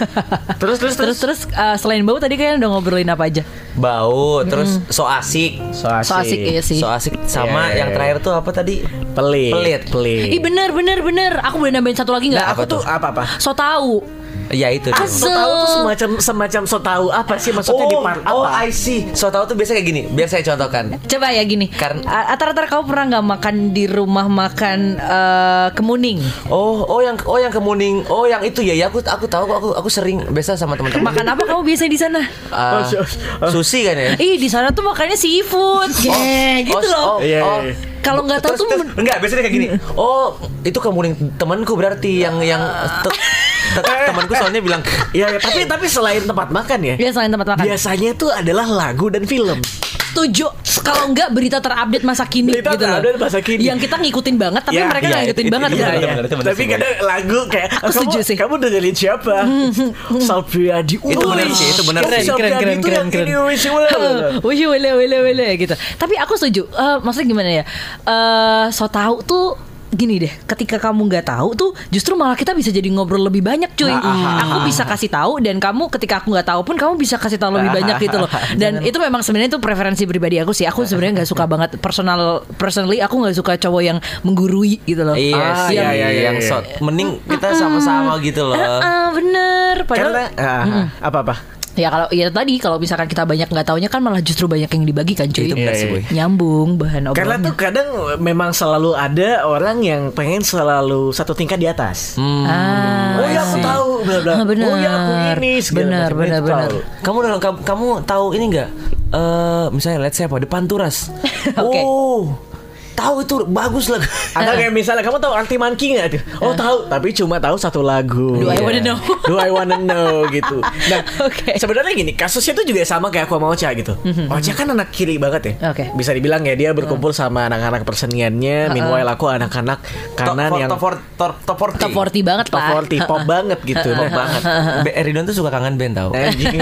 terus terus Terus terus uh, selain bau tadi kalian udah ngobrolin apa aja? Bau, terus so asik. So asik. So asik iya sih. So asik sama Yeah. yang terakhir tuh apa tadi? Pelit. Pelit. Pelit. Ih bener bener bener. Aku boleh nambahin satu lagi nggak? Nah, aku tuh apa-apa? So tahu. Ya itu. Ah, So tahu tuh semacam semacam so tahu apa sih maksudnya di part apa? Oh, I see. So tahu tuh biasa kayak gini. Biar saya contohkan. Coba ya gini. Karena- A- Atar-atar kamu pernah nggak makan di rumah makan eh, kemuning? Oh, oh yang oh yang kemuning. Oh, yang itu ya. Ya aku aku tahu kok, aku aku sering biasa sama teman-teman. Makan apa kamu biasanya di sana? Ah, sushi kan ya? Ih di sana tuh makannya seafood. Yeah, gitu oh, loh. Oh, Iya, oh. iya. Kalau nggak tahu Terus- tuh terus- men- enggak, biasanya kayak gini. Oh, itu kemuning temanku berarti yang yang te- te- temanku soalnya bilang Iya, ya, tapi tapi selain tempat makan ya. ya selain tempat makan. Biasanya itu adalah lagu dan film. Setuju. Kalau enggak berita terupdate masa kini Berita gitu loh. terupdate masa kini. Yang kita ngikutin banget tapi Ya, mereka iya, nggak ngikutin itu- banget itu- gitu. iya, loh. benar, itu benar Tapi sih, kadang lagu kayak Aku kamu, setuju sih. kamu dengerin siapa? Salpriadi. Itu benar sih, itu benar Keren, sih. keren, Salpriadi keren, itu keren, yang keren. ini, wisi, wala, wala. Wih, wele, wele, wele gitu. Tapi aku setuju. Eh, maksudnya gimana ya? Eh, so tahu tuh gini deh, ketika kamu nggak tahu tuh justru malah kita bisa jadi ngobrol lebih banyak cuy. Aku bisa kasih tahu dan kamu ketika aku nggak tahu pun kamu bisa kasih tahu lebih banyak gitu loh. Dan itu memang sebenarnya itu preferensi pribadi aku sih. Aku sebenarnya nggak suka banget personal personally aku nggak suka cowok yang menggurui gitu loh. Iya Ah, sih, iya, iya, iya, yang iya. shot. Mending kita sama-sama gitu loh. Ah, bener. Karena Padahal ah, apa-apa? ya kalau ya tadi kalau misalkan kita banyak nggak taunya kan malah justru banyak yang dibagikan cuy. Itu benar Iya, sih, iya. Boy. Nyambung bahan obrolan. Karena tuh kadang memang selalu ada orang yang pengen selalu satu tingkat di atas. Hmm. Ah, Oh ya aku sih. tahu, bla bla. Ah, benar. Oh ya aku ini segala Benar, macam. benar, Itu benar. tahu. Kamu kamu, kamu tahu ini enggak? Eh, misalnya let's say apa? The Panturas. Oke. Oh. Tahu itu bagus lah. Atau kayak misalnya kamu tahu arti monkey nggak? Oh tahu, tapi cuma tahu satu lagu. Do I Iya. wanna know? Do I wanna know gitu. Nah, Oke. sebenarnya gini, kasusnya tuh juga sama kayak aku sama Ocha gitu. Ocha kan anak kiri banget ya. Oke. Bisa dibilang ya dia berkumpul sama anak-anak perseniannya. Meanwhile aku anak-anak kanan top, yang top, top, top, top forty. Top forty banget top lah. forty, pop banget gitu. Top Nah, banget. Be- Ridwan tuh suka kangen band tau. anjing.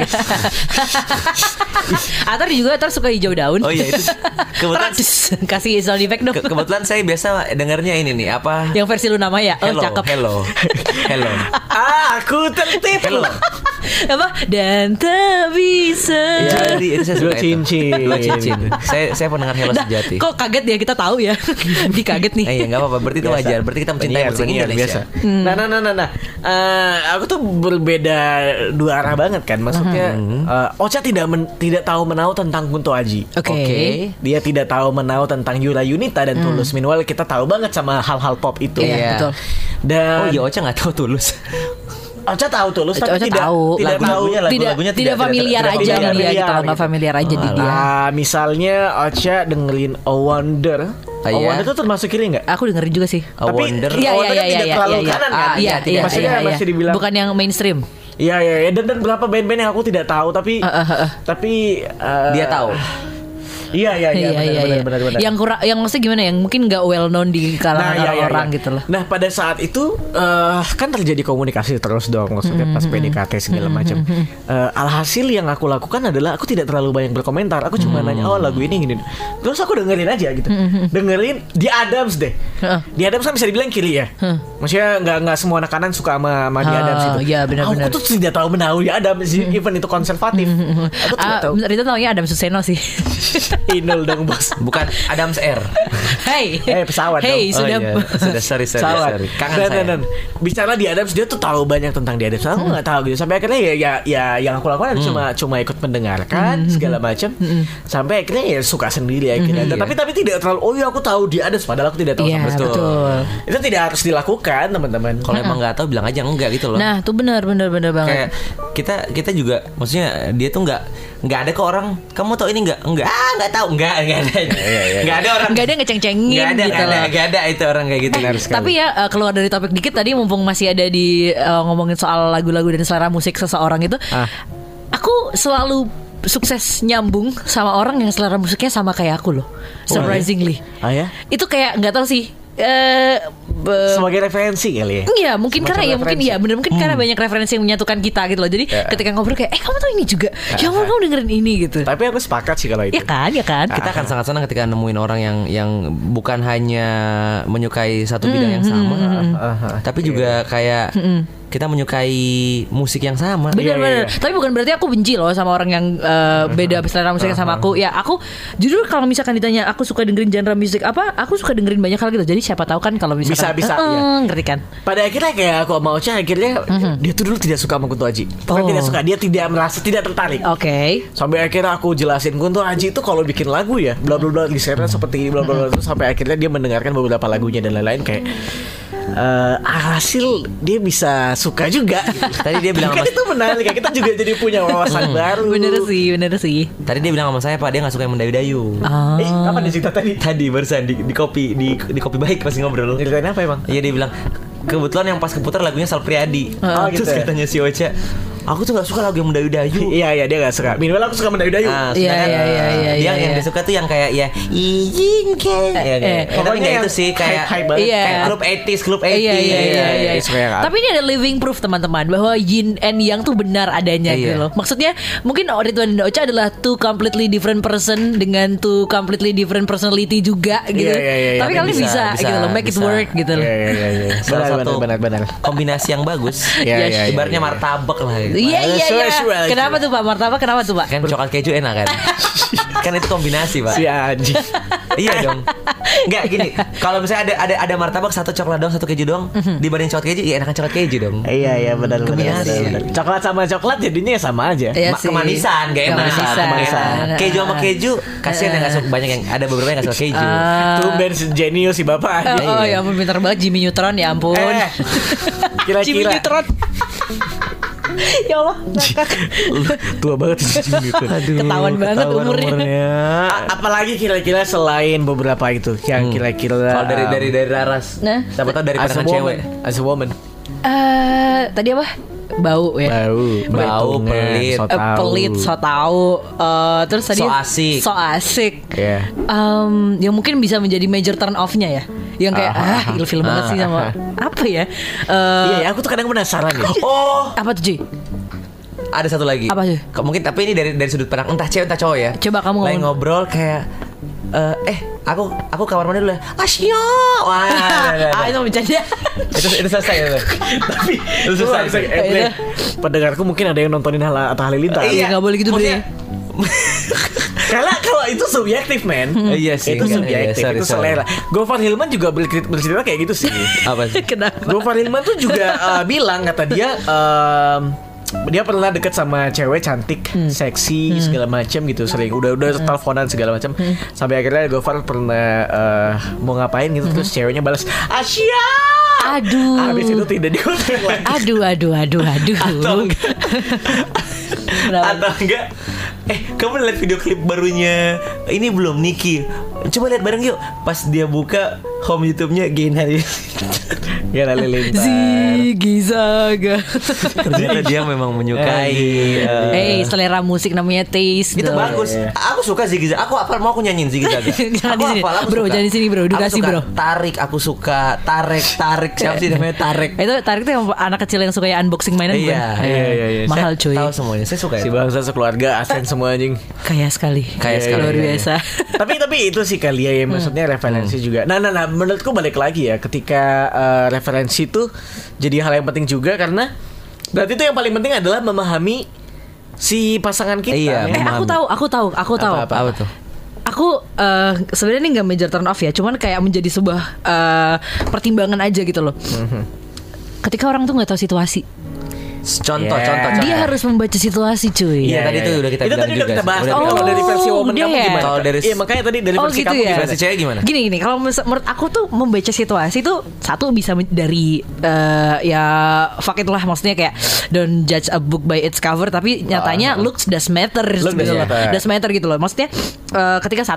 Atar juga Atar suka hijau daun. Oh iya itu. Kebetulan Terus kasih sound effect dong. ke- kebetulan saya biasa dengarnya ini nih apa? Yang versi Luna Maya. Oh Hello, cakep. hello, hello. Ah, aku tertipu. Hello. Apa? Dan tak bisa. Jadi itu saya suka Dua itu. cincin. Dua cincin. Saya saya pendengar hello Nah, sejati. kok kaget ya kita tahu ya. Di kaget nih. Eh iya nggak apa-apa. Berarti itu Biasa. wajar. Berarti kita mencintai Penyiar, musik penyiar, Indonesia. biasa. Nah, nah, nah, nah, nah. Eh, aku tuh berbeda dua arah banget kan. Maksudnya eh, Ocha tidak men- tidak tahu menahu tentang Kunto Aji. Oke. Oke. Dia tidak tahu menahu tentang Yura Yunita dan Tulus. Meanwhile kita tahu banget sama hal-hal pop itu. Iya, Iya. betul. Dan Oh iya, Ocha nggak tahu Tulus. Ocha tahu Tulus Ocha tapi tidak tahu. tidak tahu. Lagu-lagunya, Tidak, lagu-lagunya tidak tidak- familiar tidak- aja tidak nih dia familiar gitu loh, nggak gitu. familiar aja di dia. Ah, misalnya Ocha dengerin A Wonder. Ah, A iya? Wonder itu termasuk kiri nggak? Aku dengerin juga sih. A Tapi Wonder. iya, Wonder kan tidak terlalu kanan kan? Ah, Iya, tidak. iya, Maksudnya iya, masih iya. dibilang- Bukan yang mainstream. Iya iya iya. dan dan berapa band-band yang aku tidak tahu tapi Ah, ah, ah, ah. tapi eh, Dia tahu. Iya iya iya Iya, benar, iya, benar, iya. benar, benar. Yang kurang, yang maksudnya gimana? Yang mungkin nggak well known di kalangan iya, iya, orang-orang iya. gitu loh. Nah pada saat itu eh, kan terjadi komunikasi terus dong maksudnya pas P D K T segala macam. Eh, alhasil yang aku lakukan adalah aku tidak terlalu banyak berkomentar. Aku cuma nanya oh lagu ini gini. Terus aku dengerin aja gitu. Dengerin di Adams deh. Heeh. Di Adams kan bisa dibilang kiri ya. Maksudnya nggak nggak semua anak kanan suka sama, sama di Ah, Adams itu. iya, benar, Aku benar. tuh tidak tahu menahu di Adams sih. Even itu konservatif. Aku tidak Ah, tahu. bentar, itu taunya Adam Suseno sih. Inul dong bos. Bukan Adams Air. Hey, Eh, pesawat Hey, dong. sudah. Oh, iya. Sudah sorry sorry Pesawat. sorry. Kangen dan, saya. dan, dan. Bicara di Adams dia tuh tahu banyak tentang di Adams. Aku nggak tahu gitu. Sampai akhirnya ya ya, ya yang aku lakukan adalah cuma cuma ikut mendengarkan segala macam. Sampai akhirnya ya suka sendiri akhirnya. Dan Tapi tapi tidak terlalu oh ya aku tahu di Adams padahal aku tidak tahu Iya, sama sekali. betul. Itu tidak harus dilakukan teman-teman. Kalau emang nggak tahu bilang aja enggak gitu loh. Nah, tuh benar benar benar banget. Kayak kita kita juga maksudnya dia tuh nggak nggak ada ke orang kamu tahu ini nggak enggak ah nggak tahu enggak enggak ada nggak ada orang Nggak ada ngeceng-cengin nggak ada gitu nggak ada loh. nggak ada itu orang kayak gitu. Tapi ya eh, keluar dari topik dikit tadi mumpung masih ada di eh, ngomongin soal lagu-lagu dan selera musik seseorang itu, Ah. aku selalu sukses nyambung sama orang yang selera musiknya sama kayak aku loh. Surprisingly. Ah ya? Itu kayak nggak tahu sih. eh be- Sebagai referensi kali ya. Iya mungkin Semacam karena ya mungkin referensi. ya bener mungkin karena banyak referensi yang menyatukan kita gitu loh. Jadi Ya. ketika ngobrol kayak eh kamu tuh ini juga, ya ampun kamu dengerin ini gitu. Tapi aku sepakat sih kalau itu. Ya kan, ya kan. Kita akan sangat senang ketika nemuin orang yang yang bukan hanya menyukai satu bidang yang sama, Aha, tapi juga kayak kita menyukai musik yang sama. Bener Iya, iya, bener. iya. Tapi bukan berarti aku benci loh sama orang yang uh, beda selera musiknya sama aku. Ya aku jujur kalau misalkan ditanya aku suka dengerin genre musik apa, aku suka dengerin banyak hal gitu. Jadi siapa tahu kan kalau misalkan Bisa, bisa, Eh, eh, iya. ngerti kan. Pada akhirnya kayak aku sama Ocha akhirnya dia tuh dulu tidak suka sama Kunto Aji. Bukan Oh. tidak suka, dia tidak merasa tidak tertarik. Oke. Sampai akhirnya aku jelasin Kunto Aji itu kalau bikin lagu ya bla bla bla lisetnya seperti ini bla bla bla terus sampai akhirnya dia mendengarkan beberapa lagunya dan lain-lain kayak eh hasil dia bisa suka juga. Tadi dia bilang kan sama- itu menarik kayak kita juga jadi punya wawasan baru. Bener sih, bener sih. Tadi dia bilang sama saya, Pak, dia nggak suka yang mendayu-dayu. Ah. Eh, kapan cerita tadi? Tadi barusan di, di kopi di, di kopi baik pas ngobrol. Ceritain apa emang? Iya dia bilang kebetulan yang pas keputar lagunya Sal Priadi. Oh, Terus gitu ya? katanya si Ocha, aku tuh nggak suka lagu yang mendayu-dayu. Iya iya dia gak suka. Minimal aku suka mendayu-dayu. Nah, Iya, sedangkan iya, iya, iya, dia iya, yang iya. dia suka tuh yang kayak ya izinkan. Eh, Ya, eh, eh, tapi pokoknya nggak yang itu sih kayak hype-hype banget. Iya. kayak klub eighties, klub eighties. Iya iya iya iya. iya, suka yang apa? Tapi ini ada living proof teman-teman bahwa yin and yang tuh benar adanya Iya. gitu loh. Maksudnya mungkin Ridwan dan Ocha adalah two completely different person dengan two completely different personality juga gitu. Iya, iya, iya, Tapi iya. kalian bisa, Bisa, gitu loh, make it bisa. work gitu loh. Iya iya iya. iya. Salah Benar, satu benar benar benar. kombinasi yang bagus. Iya, Yes. iya, iya, Ibaratnya iya. martabak lah gitu. Iya iya Sure, iya. sure, Kenapa sure. tuh Pak? Martabak kenapa tuh Pak? Kan coklat keju enak kan? Kan itu kombinasi, Pak. Si Aji. Iya dong. Enggak gini, kalau misalnya ada ada ada martabak satu coklat doang, satu keju doang, dibanding coklat keju, ya enakan coklat keju dong. Iya iya benar benar, Kombinasi. benar, benar. Coklat sama coklat jadinya sama aja. Iya Ma- sih. kemanisan, gak enak. Kemanisan. Kemanisan. Keju sama keju, kasihan yang nggak suka banyak yang ada beberapa yang nggak suka keju. Ah. Tumben si jenius si bapak Oh, Aji. oh ya ampun pintar banget Jimmy Neutron ya ampun. Eh, Jimmy kira-kira Neutron. Ya Allah, ngakak. tua banget sih gitu. Ketahuan banget umurnya. A- Apalagi kira-kira selain beberapa itu yang kira-kira Kalau dari dari dari Laras, Nah. siapa tahu dari as a pandangan cewek. woman, as a woman. Eh, tadi apa? Bau ya. Bau, Bau, perhitungan, pelit. so Eh, tau. pelit, so tahu. Eh, terus tadi So asik. So asik. Iya. Em, yang mungkin bisa menjadi major turn off-nya ya. Yang kayak Ah, ah, ilfil banget sih sama apa ya? Eh, Iya, ya, aku tuh kadang penasaran ya. Oh, apa tuh, Ji? ada satu lagi. Apa sih? K- Mungkin tapi ini dari dari sudut pandang entah cewek entah cowok ya. Coba kamu Lagi ngomong. ngobrol kayak eh, eh aku aku kamar mandi dulu ya. Asyo. Wah. Ah, itu bercanda. itu itu selesai itu. Tapi Itu selesai. susah. Eh, Bre, pendengarku mungkin ada yang nontonin hal Atta Halilintar. Iya, nggak boleh gitu, Bre. Maksudnya- Karena kalau itu subjektif, men. Iya sih, Itu kan. subjektif, Iya, sorry, itu sorry. selera. Gofar Hilman juga bercerita, bercerita kayak gitu sih. Apa sih? Kenapa? Gofar Hilman tuh juga uh, bilang kata dia em, dia pernah deket sama cewek cantik, seksi segala macam gitu, sering udah udah teleponan segala macam. Sampai akhirnya Gofar pernah uh, mau ngapain gitu terus ceweknya balas Asia. Aduh. Habis itu tidak dikontak lagi. Aduh, aduh, aduh, aduh. Atau enggak Kenapa? Atau enggak Eh kamu lihat video klip barunya ini belum Niki? Coba lihat bareng yuk. Pas dia buka home YouTube-nya Gina Ya Halilintar. Ziggy Zaga. Ternyata dia memang menyukai eh, Eh, selera musik namanya taste. itu dong. bagus. Aku suka Ziggy Zaga. Aku apa mau aku nyanyiin Ziggy Zaga. Jangan Aku di sini. hafal, aku Bro, suka. jangan di sini, bro. Edukasi, Aku suka bro. Tarik, aku suka Tarek, Tarik. Siapa sih namanya Tarek? Itu tarik tuh yang anak kecil yang suka ya unboxing mainan bukan? Iya, Eh, iya, iya, iya. Mahal Saya cuy. tahu semuanya. Saya suka Si itu. bangsa sekeluarga asen semua anjing. Kaya sekali. Kaya sekali, Luar iya, biasa. tapi tapi itu sih kali ya, ya maksudnya referensi juga. Nah, nah, nah, menurutku balik lagi ya, ketika eh, referensi itu jadi hal yang penting juga karena berarti itu yang paling penting adalah memahami si pasangan kita. Iya, ya. Eh, aku tahu, aku tahu, aku tahu. Apa, Apa tuh? Aku eh, sebenarnya ini nggak major turn off ya, cuman kayak menjadi sebuah eh, pertimbangan aja gitu loh. Ketika orang tuh nggak tahu situasi, Contoh, Yeah. contoh, contoh. dia harus membaca situasi cuy. Iya, tadi tuh udah kita itu bilang tadi juga udah kita sih. bahas. Udah Tapi kita kalau bahas. dari versi Oh, woman udah kamu ya? gimana? Kalau dari- Iya, makanya tadi dari Oh, versi gitu kamu ya? gimana? Versi cewek gimana? Gini gini, kalau mis- menurut aku tuh membaca situasi tuh satu bisa men- dari eh, ya fuck it lah, maksudnya kayak don't judge a book by its cover, tapi nyatanya looks does matter Look gitu does loh. matter. Does matter gitu loh. Maksudnya eh, ketika satu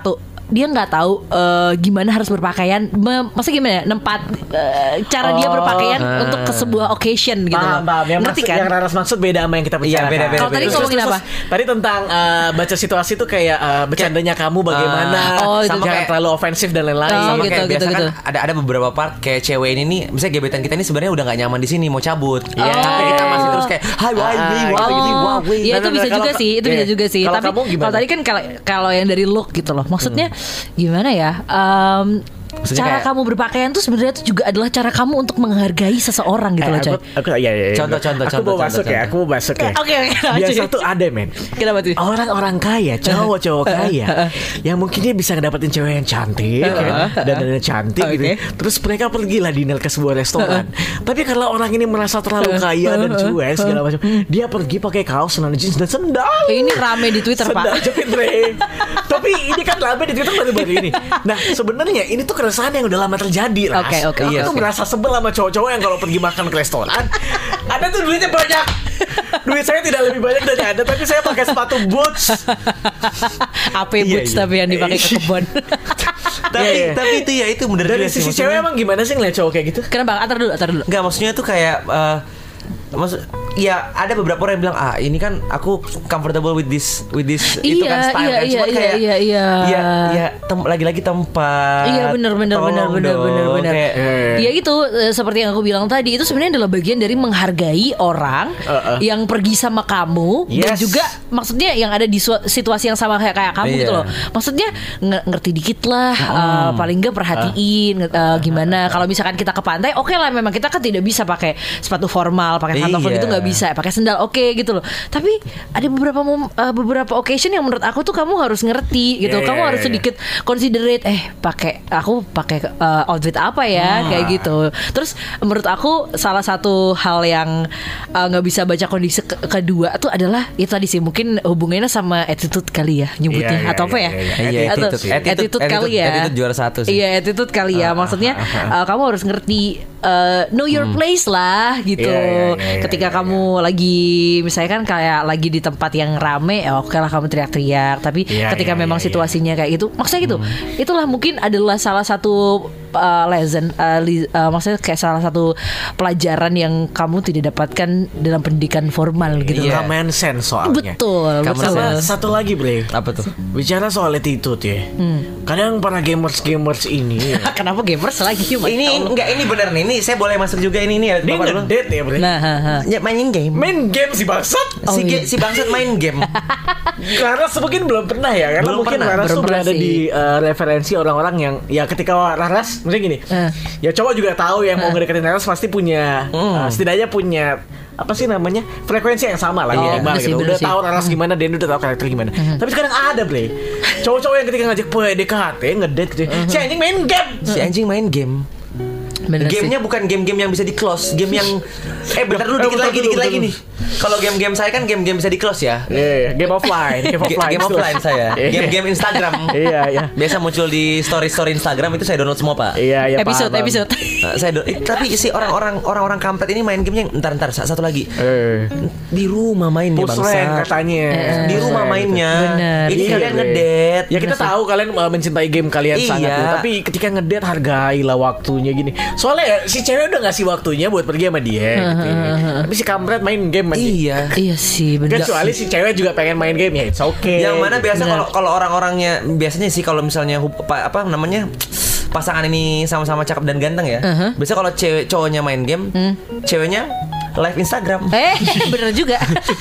dia nggak tahu uh, gimana harus berpakaian, me- maksudnya gimana ya, nempat uh, cara dia Oh. berpakaian Ah. untuk ke sebuah occasion gitu loh. Paham, paham. Yang Ngerti maksud, kan? yang Raras maksud beda sama yang kita Iya, bicarakan. beda, beda, Kalau tadi beda. ngomongin Terus, apa? terus, Tadi tentang uh, baca situasi tuh kayak uh, bercandanya kamu bagaimana, Ah. Oh, itu. jangan Kayak- terlalu ofensif dan lain-lain. Oh, Sama gitu, kayak gitu, biasa gitu. kan ada ada beberapa part kayak cewek ini nih, misalnya gebetan kita ini sebenarnya udah nggak nyaman di sini, mau cabut. Iya. Tapi kita masih terus kayak, hai why Ah, we, gitu. why we, why Oh, we. ya Nah, itu nah, bisa nah, juga kalau- sih, itu iya. bisa juga sih. Kalau Tapi kamu gimana? kalau tadi kan kalau kalau yang dari look gitu loh, maksudnya gimana ya? Em, Maksudnya cara kayak- kamu berpakaian tuh sebenarnya tuh juga adalah cara kamu untuk menghargai seseorang gitu Eh, loh, coy. aku, aku, iya, iya, iya. Contoh, contoh, aku contoh, mau masuk contoh, ya, contoh. aku mau masuk ya. Oke, oke, kenapa, Biasa cuy? tuh ada men. Kenapa tuh? Orang-orang kaya, cowok-cowok kaya, yang mungkin dia bisa ngedapetin cewek yang cantik, ya, dan dan cantik gitu. Oke. Terus mereka pergilah dinner ke sebuah restoran. Tapi kalau orang ini merasa terlalu kaya dan cuek segala macam, dia pergi pakai kaos, celana jeans dan sendal. Eh, Ini rame di Twitter, Sendal Pak. jepit Bre. Tapi ini kan rame di Twitter baru-baru ini. Nah sebenarnya ini tuh keresahan yang udah lama terjadi lah. Oke, oke, Aku iya, tuh oke. merasa sebel sama cowok-cowok yang kalau pergi makan ke restoran, ada tuh duitnya banyak. Duit saya tidak lebih banyak dari Anda, tapi saya pakai sepatu boots. A P Iya, boots iya. tapi yang dipakai ke kebun. Tapi Iya, iya. tapi itu ya itu bener Dari juga sih, sisi maksudnya. cewek emang gimana sih ngeliat cowok kayak gitu? Kenapa? Antar dulu, antar dulu. Enggak, maksudnya tuh kayak eh, maksud ya ada beberapa orang yang bilang ah ini kan aku comfortable with this with this itu Iya, kan style iya, kan iya, Cuman iya, kayak iya, iya. ya ya tem- lagi-lagi tempat Iya benar benar tolong benar benar dong, benar benar. kayak, Eh. Ya itu eh, seperti yang aku bilang tadi, itu sebenarnya adalah bagian dari menghargai orang Uh, uh. yang pergi sama kamu dan Yes. juga maksudnya yang ada di su- situasi yang sama kayak kayak kamu Iya. gitu loh. Maksudnya nge- ngerti dikit lah, eh, paling enggak perhatiin eh, gimana. Kalau misalkan kita ke pantai, oke lah memang kita kan tidak bisa pakai sepatu formal, pakai pantofel Iya. itu nggak bisa, pakai sendal oke gitu loh. Tapi ada beberapa mom- eh, beberapa occasion yang menurut aku tuh kamu harus ngerti gitu. Iya, Kamu iya, harus iya. sedikit considerate, eh pakai aku pakai uh, outfit apa ya kayak gitu. Terus menurut aku salah satu hal yang uh, nggak bisa baca kondisi ke- kedua tuh adalah itu tadi sih, mungkin hubungannya sama attitude kali ya nyebutnya, Iya, iya, atau apa iya, ya? iya, iya. Atau Attitude sih. attitude, Attitude- kali ya. attitude juara satu sih. Iya attitude kali ya. Maksudnya uh, kamu harus ngerti uh, know your place lah gitu. Iya, iya, iya, iya, Ketika iya, kamu lagi misalnya kan kayak lagi di tempat yang rame, ya oke lah kamu teriak-teriak. Tapi Iya, ketika iya, memang iya, iya. situasinya kayak gitu, maksudnya gitu, itulah mungkin adalah salah satu uh, lesson, uh, li- uh, maksudnya kayak salah satu pelajaran yang kamu tidak dapatkan dalam pendidikan formal gitu. Iya. Common sense soalnya. Betul, Common betul. Sama satu lagi Bre, apa tuh? bicara soal attitude ya. Kadang para gamers-gamers ini ya, Kenapa gamers lagi? Masya Ini Allah. enggak ini bener nih. Ini saya boleh masuk juga ini ini ya. dia Bapak dulu. ngedate ya Bre. Nah, ha, ha. Ya, mainin game. Main game sih bangsat. Oh, si, iya. ge- si bangsat main game. Karena mungkin belum pernah ya, karena Belum mungkin pernah, Raras belum tuh pernah berada sih. di uh, referensi orang-orang yang ya ketika Raras, misalnya gini, Eh. ya cowok juga tahu yang mau ngedeketin Raras pasti punya, uh, setidaknya punya apa sih namanya frekuensi yang sama lah, Oh, minimal bener sih, gitu. bener Udah sih. tahu Raras gimana, dia udah tahu karakter gimana. Tapi sekarang ada Bre, cowok-cowok yang ketika ngajak P D K T ngedate gitu, si anjing main game. Si anjing main game. Bener sih. Gamenya bukan game-game yang bisa di close, game yang eh bentar dulu Eh, dikit bentar lagi dulu, dikit bentar lagi dulu. nih. Kalau game-game saya kan game-game bisa di close ya. Iya, iya, game offline, game Ga- offline, Game offline saya. Iya. Game-game Instagram. Iya, iya. Biasa muncul di story-story Instagram itu saya download semua, Pak. Iya, iya. episode paham, paham. episode. Nah, saya do- eh, tapi si orang-orang orang-orang kampret ini main gamenya entar entar satu lagi. Eh, Di rumah mainnya Pusreng bangsa. katanya. Di rumah Pusreng, mainnya. Bener. Ini Iya, kalian Bre. ngedate. Ya kita tahu kalian uh, mencintai game kalian Iya. sangat tuh. Tapi ketika ngedate hargailah waktunya gini. Soalnya ya, si cewek udah ngasih waktunya buat pergi sama dia gitu. Tapi si kampret main game aja. Iya. Iya sih bener. Kecuali si cewek juga pengen main game ya it's okay. Yang mana biasa Benar. kalau kalau orang-orangnya biasanya sih kalau misalnya hub- apa, apa namanya pasangan ini sama-sama cakep dan ganteng ya. Uh-huh. Biasa kalau cewek cowoknya main game, ceweknya live Instagram. Eh bener juga.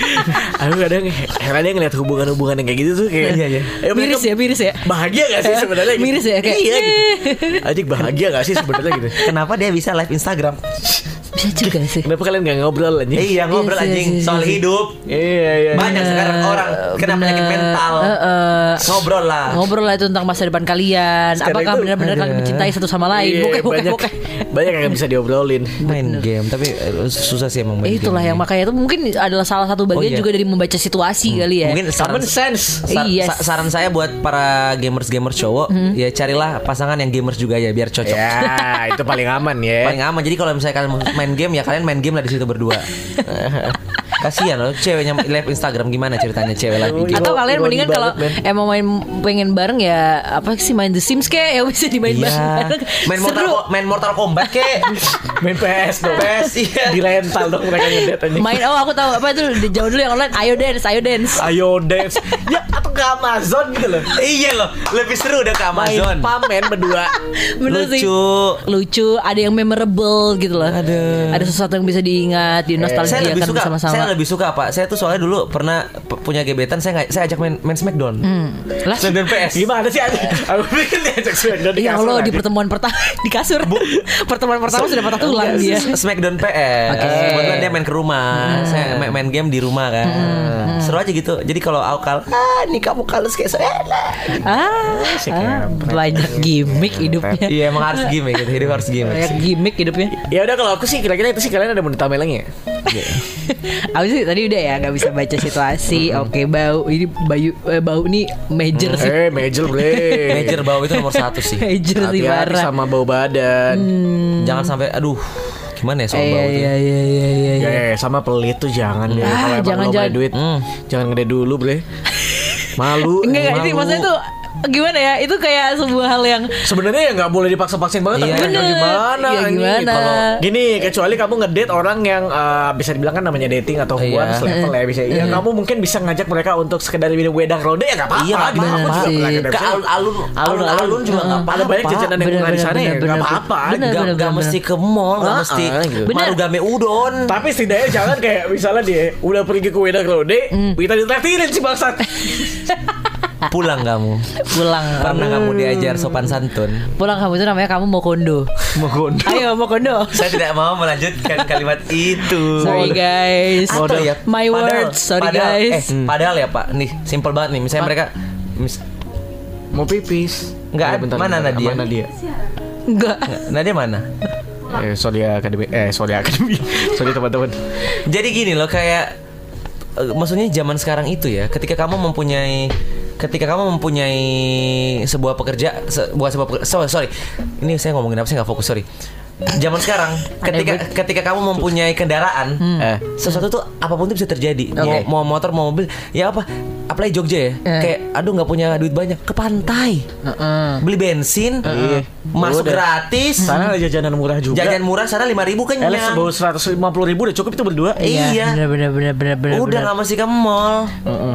Aku kadang heran dia ngeliat hubungan-hubungan yang kayak gitu tuh kayak Iya, iya. mereka Miris ya, miris ya. Bahagia gak sih sebenarnya gitu? Miris ya, kayak, Iya gitu. Adik bahagia gak sih sebenarnya gitu? Kenapa dia bisa live Instagram? Bisa juga sih. Kenapa kalian gak ngobrol aja? Eh, iya ngobrol Iya, anjing iya, iya, soal iya. hidup. Iya iya. Banyak sekarang orang kena penyakit mental. Eh, eh, Ngobrol lah. ngobrol lah itu tentang masa depan kalian. Sekarang Apakah itu- benar-benar kalian mencintai satu sama lain? Iya, Bukan, bukan, banyak, bukan. banyak yang bisa diobrolin. Main game tapi eh, susah sih emang main Itulah game yang ini. makanya itu mungkin adalah salah satu bagian Oh, iya. juga dari membaca situasi kali ya. Mungkin saran, Common sense. sa- Yes. sa- saran saya buat para gamers-gamers cowok ya carilah pasangan yang gamers juga ya biar cocok. Ya, itu paling aman ya. Paling aman. Jadi kalau misalnya kalian main game ya kalian main game lah di situ berdua. Kasihan loh ceweknya live Instagram gimana ceritanya cewek lagi. Oh, Atau Iwo- kalian Iwo mendingan banget, kalau Ben. emang main pengen bareng ya apa sih main The Sims kayak yang bisa dimain Iya. bareng. Main Mortal Seru. Ko- main Mortal Kombat kek. Main P S dong. P S iya. Di rental dong mereka ngedet aja. Main oh aku tahu apa itu di jauh dulu yang online ayo dance ayo dance. Ayo dance. Ya atau ke Amazon gitu loh. Iya loh, lebih seru udah ke Amazon. Main pamen berdua. Bener sih. Lucu. Lucu, ada yang memorable gitu loh. Ada. Ada sesuatu yang bisa diingat, di Saya nostalgia lebih kan suka, bersama-sama. saya lebih suka apa? Saya tuh soalnya dulu pernah p- punya gebetan, saya nggak, saya ajak main main Smackdown. Hmm. Lah, Smackdown P S. Gimana sih aja? Aku pikir diajak Smackdown di ya kasur Allah di aja. pertemuan pertama di kasur. pertemuan pertama sudah patah tulang dia. Smackdown P S. Oke. Kebetulan dia main ke rumah. Saya main, main game di rumah kan. Seru aja gitu. Jadi kalau aku kalah, ah nih kamu kalah kayak saya. Ah, Si ah, kampret. banyak gimmick hidupnya. Iya emang harus gimmick gitu. Hidup harus gimmick. Banyak gimmick hidupnya. Ya udah kalau aku sih kira-kira itu sih kalian ada mau ditambahin lagi ya? Aku sih tadi udah ya nggak bisa baca situasi. Oke bau ini bayu eh, bau nih major sih. Eh, major bre. Major bau itu nomor satu sih. Major sih Hati-hati parah. sama bau badan. Jangan sampai, aduh, gimana ya soal Iya bau itu? iya iya iya iya. Ya, ya, sama pelit tuh jangan deh. Ah, Kalau emang jangan, lo punya jangan. duit, Hmm. jangan gede dulu bre. Malu. Enggak enggak malu. ini maksudnya tuh gimana ya? Itu kayak sebuah hal yang Sebenarnya ya nggak boleh dipaksa-paksain banget. Iya. Tapi ya Bener. gimana? Iya, ini? gimana? Kalau gini, kecuali kamu ngedate orang yang eh, bisa dibilang kan namanya dating atau Iya. hubungan selevel ya bisa. Ya kamu mungkin bisa ngajak mereka untuk sekedar minum wedang ronde ya nggak apa-apa. Iya, nggak Gitu. apa-apa Aku juga sih. pernah ngedate Ke sana. alun-alun, alun-alun juga nggak apa-apa. Ada banyak jajanan yang Bener, murah di bener, sana ya bener, nggak bener. apa-apa. Bener, Gak, bener, gak bener. mesti ke mall, gak Ah, mesti ah, gitu. Bener. Marugame udon. Tapi setidaknya jangan kayak misalnya dia udah pergi ke wedang ronde, kita ditraktirin sih bangsat. Pulang kamu. pulang. Pernah kamu diajar sopan santun? Pulang kamu itu namanya kamu mau kondo. Mau kondo. Ayo mau kondo. Saya tidak mau melanjutkan kalimat itu. Sorry guys. Atau ya, My padahal- words. Sorry padahal- guys. Eh, padahal ya Pak, nih simple banget nih. Misalnya mereka, mis, Mau pipis. Nggak, Eh, bentar, mana bentar. Nadia? Mana Nadia? Enggak. Nadia mana? Eh, sorry akademi. Eh, sorry akademi. Sorry teman-teman. Jadi gini loh kayak, eh, maksudnya zaman sekarang itu ya, ketika kamu mempunyai ketika kamu mempunyai sebuah pekerja, se- bukan sebuah pekerja, sorry, sorry, ini saya ngomongin apa sih nggak fokus sorry. Zaman sekarang, ketika ketika kamu mempunyai kendaraan, Eh. sesuatu tuh apapun tuh bisa terjadi. Oke. Mau, mau motor, mau mobil, ya apa? Apalagi Jogja ya, Eh. kayak aduh nggak punya duit banyak, ke pantai, Heeh. beli bensin, Iya. masuk Udah. gratis, Sana ada jajanan murah juga. jajan murah sana lima ribu Alex kenyang. bawa seratus lima puluh ribu udah cukup itu berdua. Iya. Bener bener bener bener bener. Udah nggak mesti ke mall.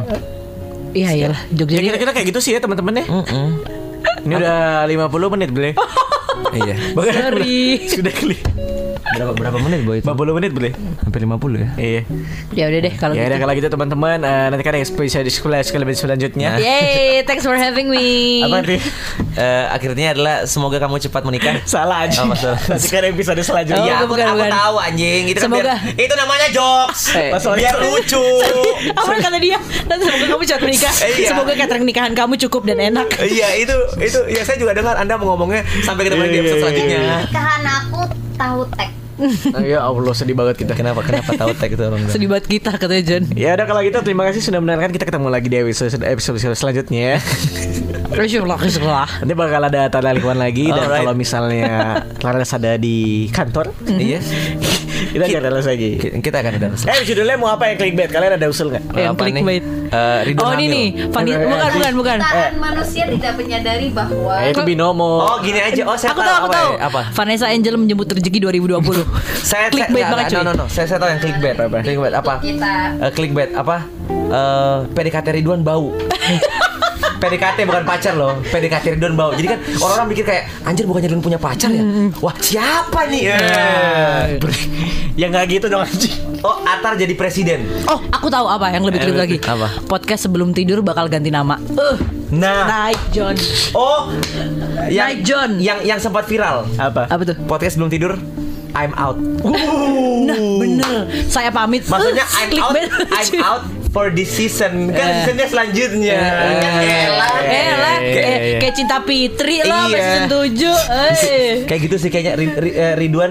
Iya iyalah. Jogja Ya ini kira-kira kayak gitu sih ya teman-teman ya. Mm-mm. Ini udah lima puluh menit boleh. Iya. Sorry. Sudah kali. Berapa berapa menit boy itu? lima puluh menit boleh. Hampir lima puluh ya. Iya. Ya udah deh kalau Ya gitu. udah kalau gitu teman-teman eh, nanti kan ada spesial di sekolah sekolah selanjutnya. Yay, thanks for having me. Apa nih? Eh, akhirnya adalah semoga kamu cepat menikah. Salah aja. Oh, masalah. Nanti kan episode selanjutnya. Oh, Iya, aku, bukan, aku bukan. tahu anjing. Itu kan Semoga. biar, itu namanya jokes. Eh. Biar lucu. Apa yang kata dia? Nanti semoga kamu cepat menikah. Iya. Semoga catering nikahan kamu cukup dan enak. Iya, itu itu ya saya juga dengar Anda mau ngomongnya sampai ketemu di Iya, episode iya, selanjutnya. iya. Nikahan aku tahu tek. Ya Allah sedih banget kita. Kenapa kenapa tahu tag itu orang? Sedih banget kita katanya John. Ya udah kalau gitu terima kasih sudah mendengarkan. Kita ketemu lagi di episode episode selanjutnya. Rasulullah Rasulullah. Nanti bakal ada tanda lingkungan lagi. Dan Alright. kalau misalnya Laras ada di kantor, Iya. kita akan Laras lagi. Ki- Kita akan ada. Eh judulnya mau apa yang clickbait? Kalian ada usul nggak? Yang Apa nih? clickbait. Eh, Ridwan Oh ini Kamil. nih, Fanny, Eh, eh, bukan eh, bukan bukan. Jutaan manusia tidak menyadari bahwa Eh itu binomo. Oh gini aja. Oh saya Aku tahu, aku apa tahu. ya? Apa? Vanessa Angel menjemput rezeki dua ribu dua puluh. Saya Clickbait saya- banget, no, cuy. no, no. Saya saya tahu yang clickbait. Apa? Clickbait apa? kita Eh, clickbait apa? Eh, P D K T Ridwan bau. P D K T bukan pacar loh. P D K T Ridwan bau. Jadi kan orang-orang mikir kayak anjir bukannya Ridwan punya pacar ya? Wah, siapa nih? Eh. Ya nggak gitu dong anjing. Oh, Atar jadi presiden. Oh, aku tahu apa yang lebih Eh, clear lagi. apa? Podcast sebelum tidur bakal ganti nama. Eh, Nah, naik John. oh yang Naik, John. yang yang sempat viral. Apa? Apa tuh? Podcast sebelum tidur I'm out. Nah, bener. Saya pamit. Maksudnya Eh, I'm out, clickbait. I'm out for this season. Kan Eh. seasonnya selanjutnya. Eh. Kan elah. Eh lah, Iya, kayak, iya, iya. kayak Cinta Fitri lah, Iya. sampai season tujuh. Eh. Kayak gitu sih kayaknya Rid- Rid- eh, Ridwan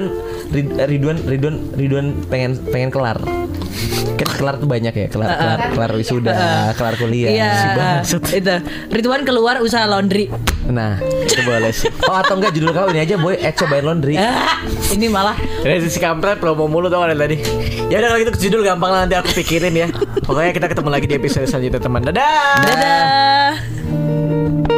Rid- Ridwan Ridwan Ridwan pengen pengen kelar. Kan kelar tuh banyak ya, kelar kelar kelar wisuda, kelar kuliah. Iya. Si bangsat. Itu Ridwan keluar usaha laundry. Nah, itu boleh sih. Oh, atau enggak judul kau ini aja Boy Eco by Laundry. Ah, ini malah Dari si kampret promo mulu tau kan tadi. Ya udah kalau gitu judul gampang lah nanti aku pikirin ya. Pokoknya kita ketemu lagi di episode selanjutnya teman. Dadah. dadah.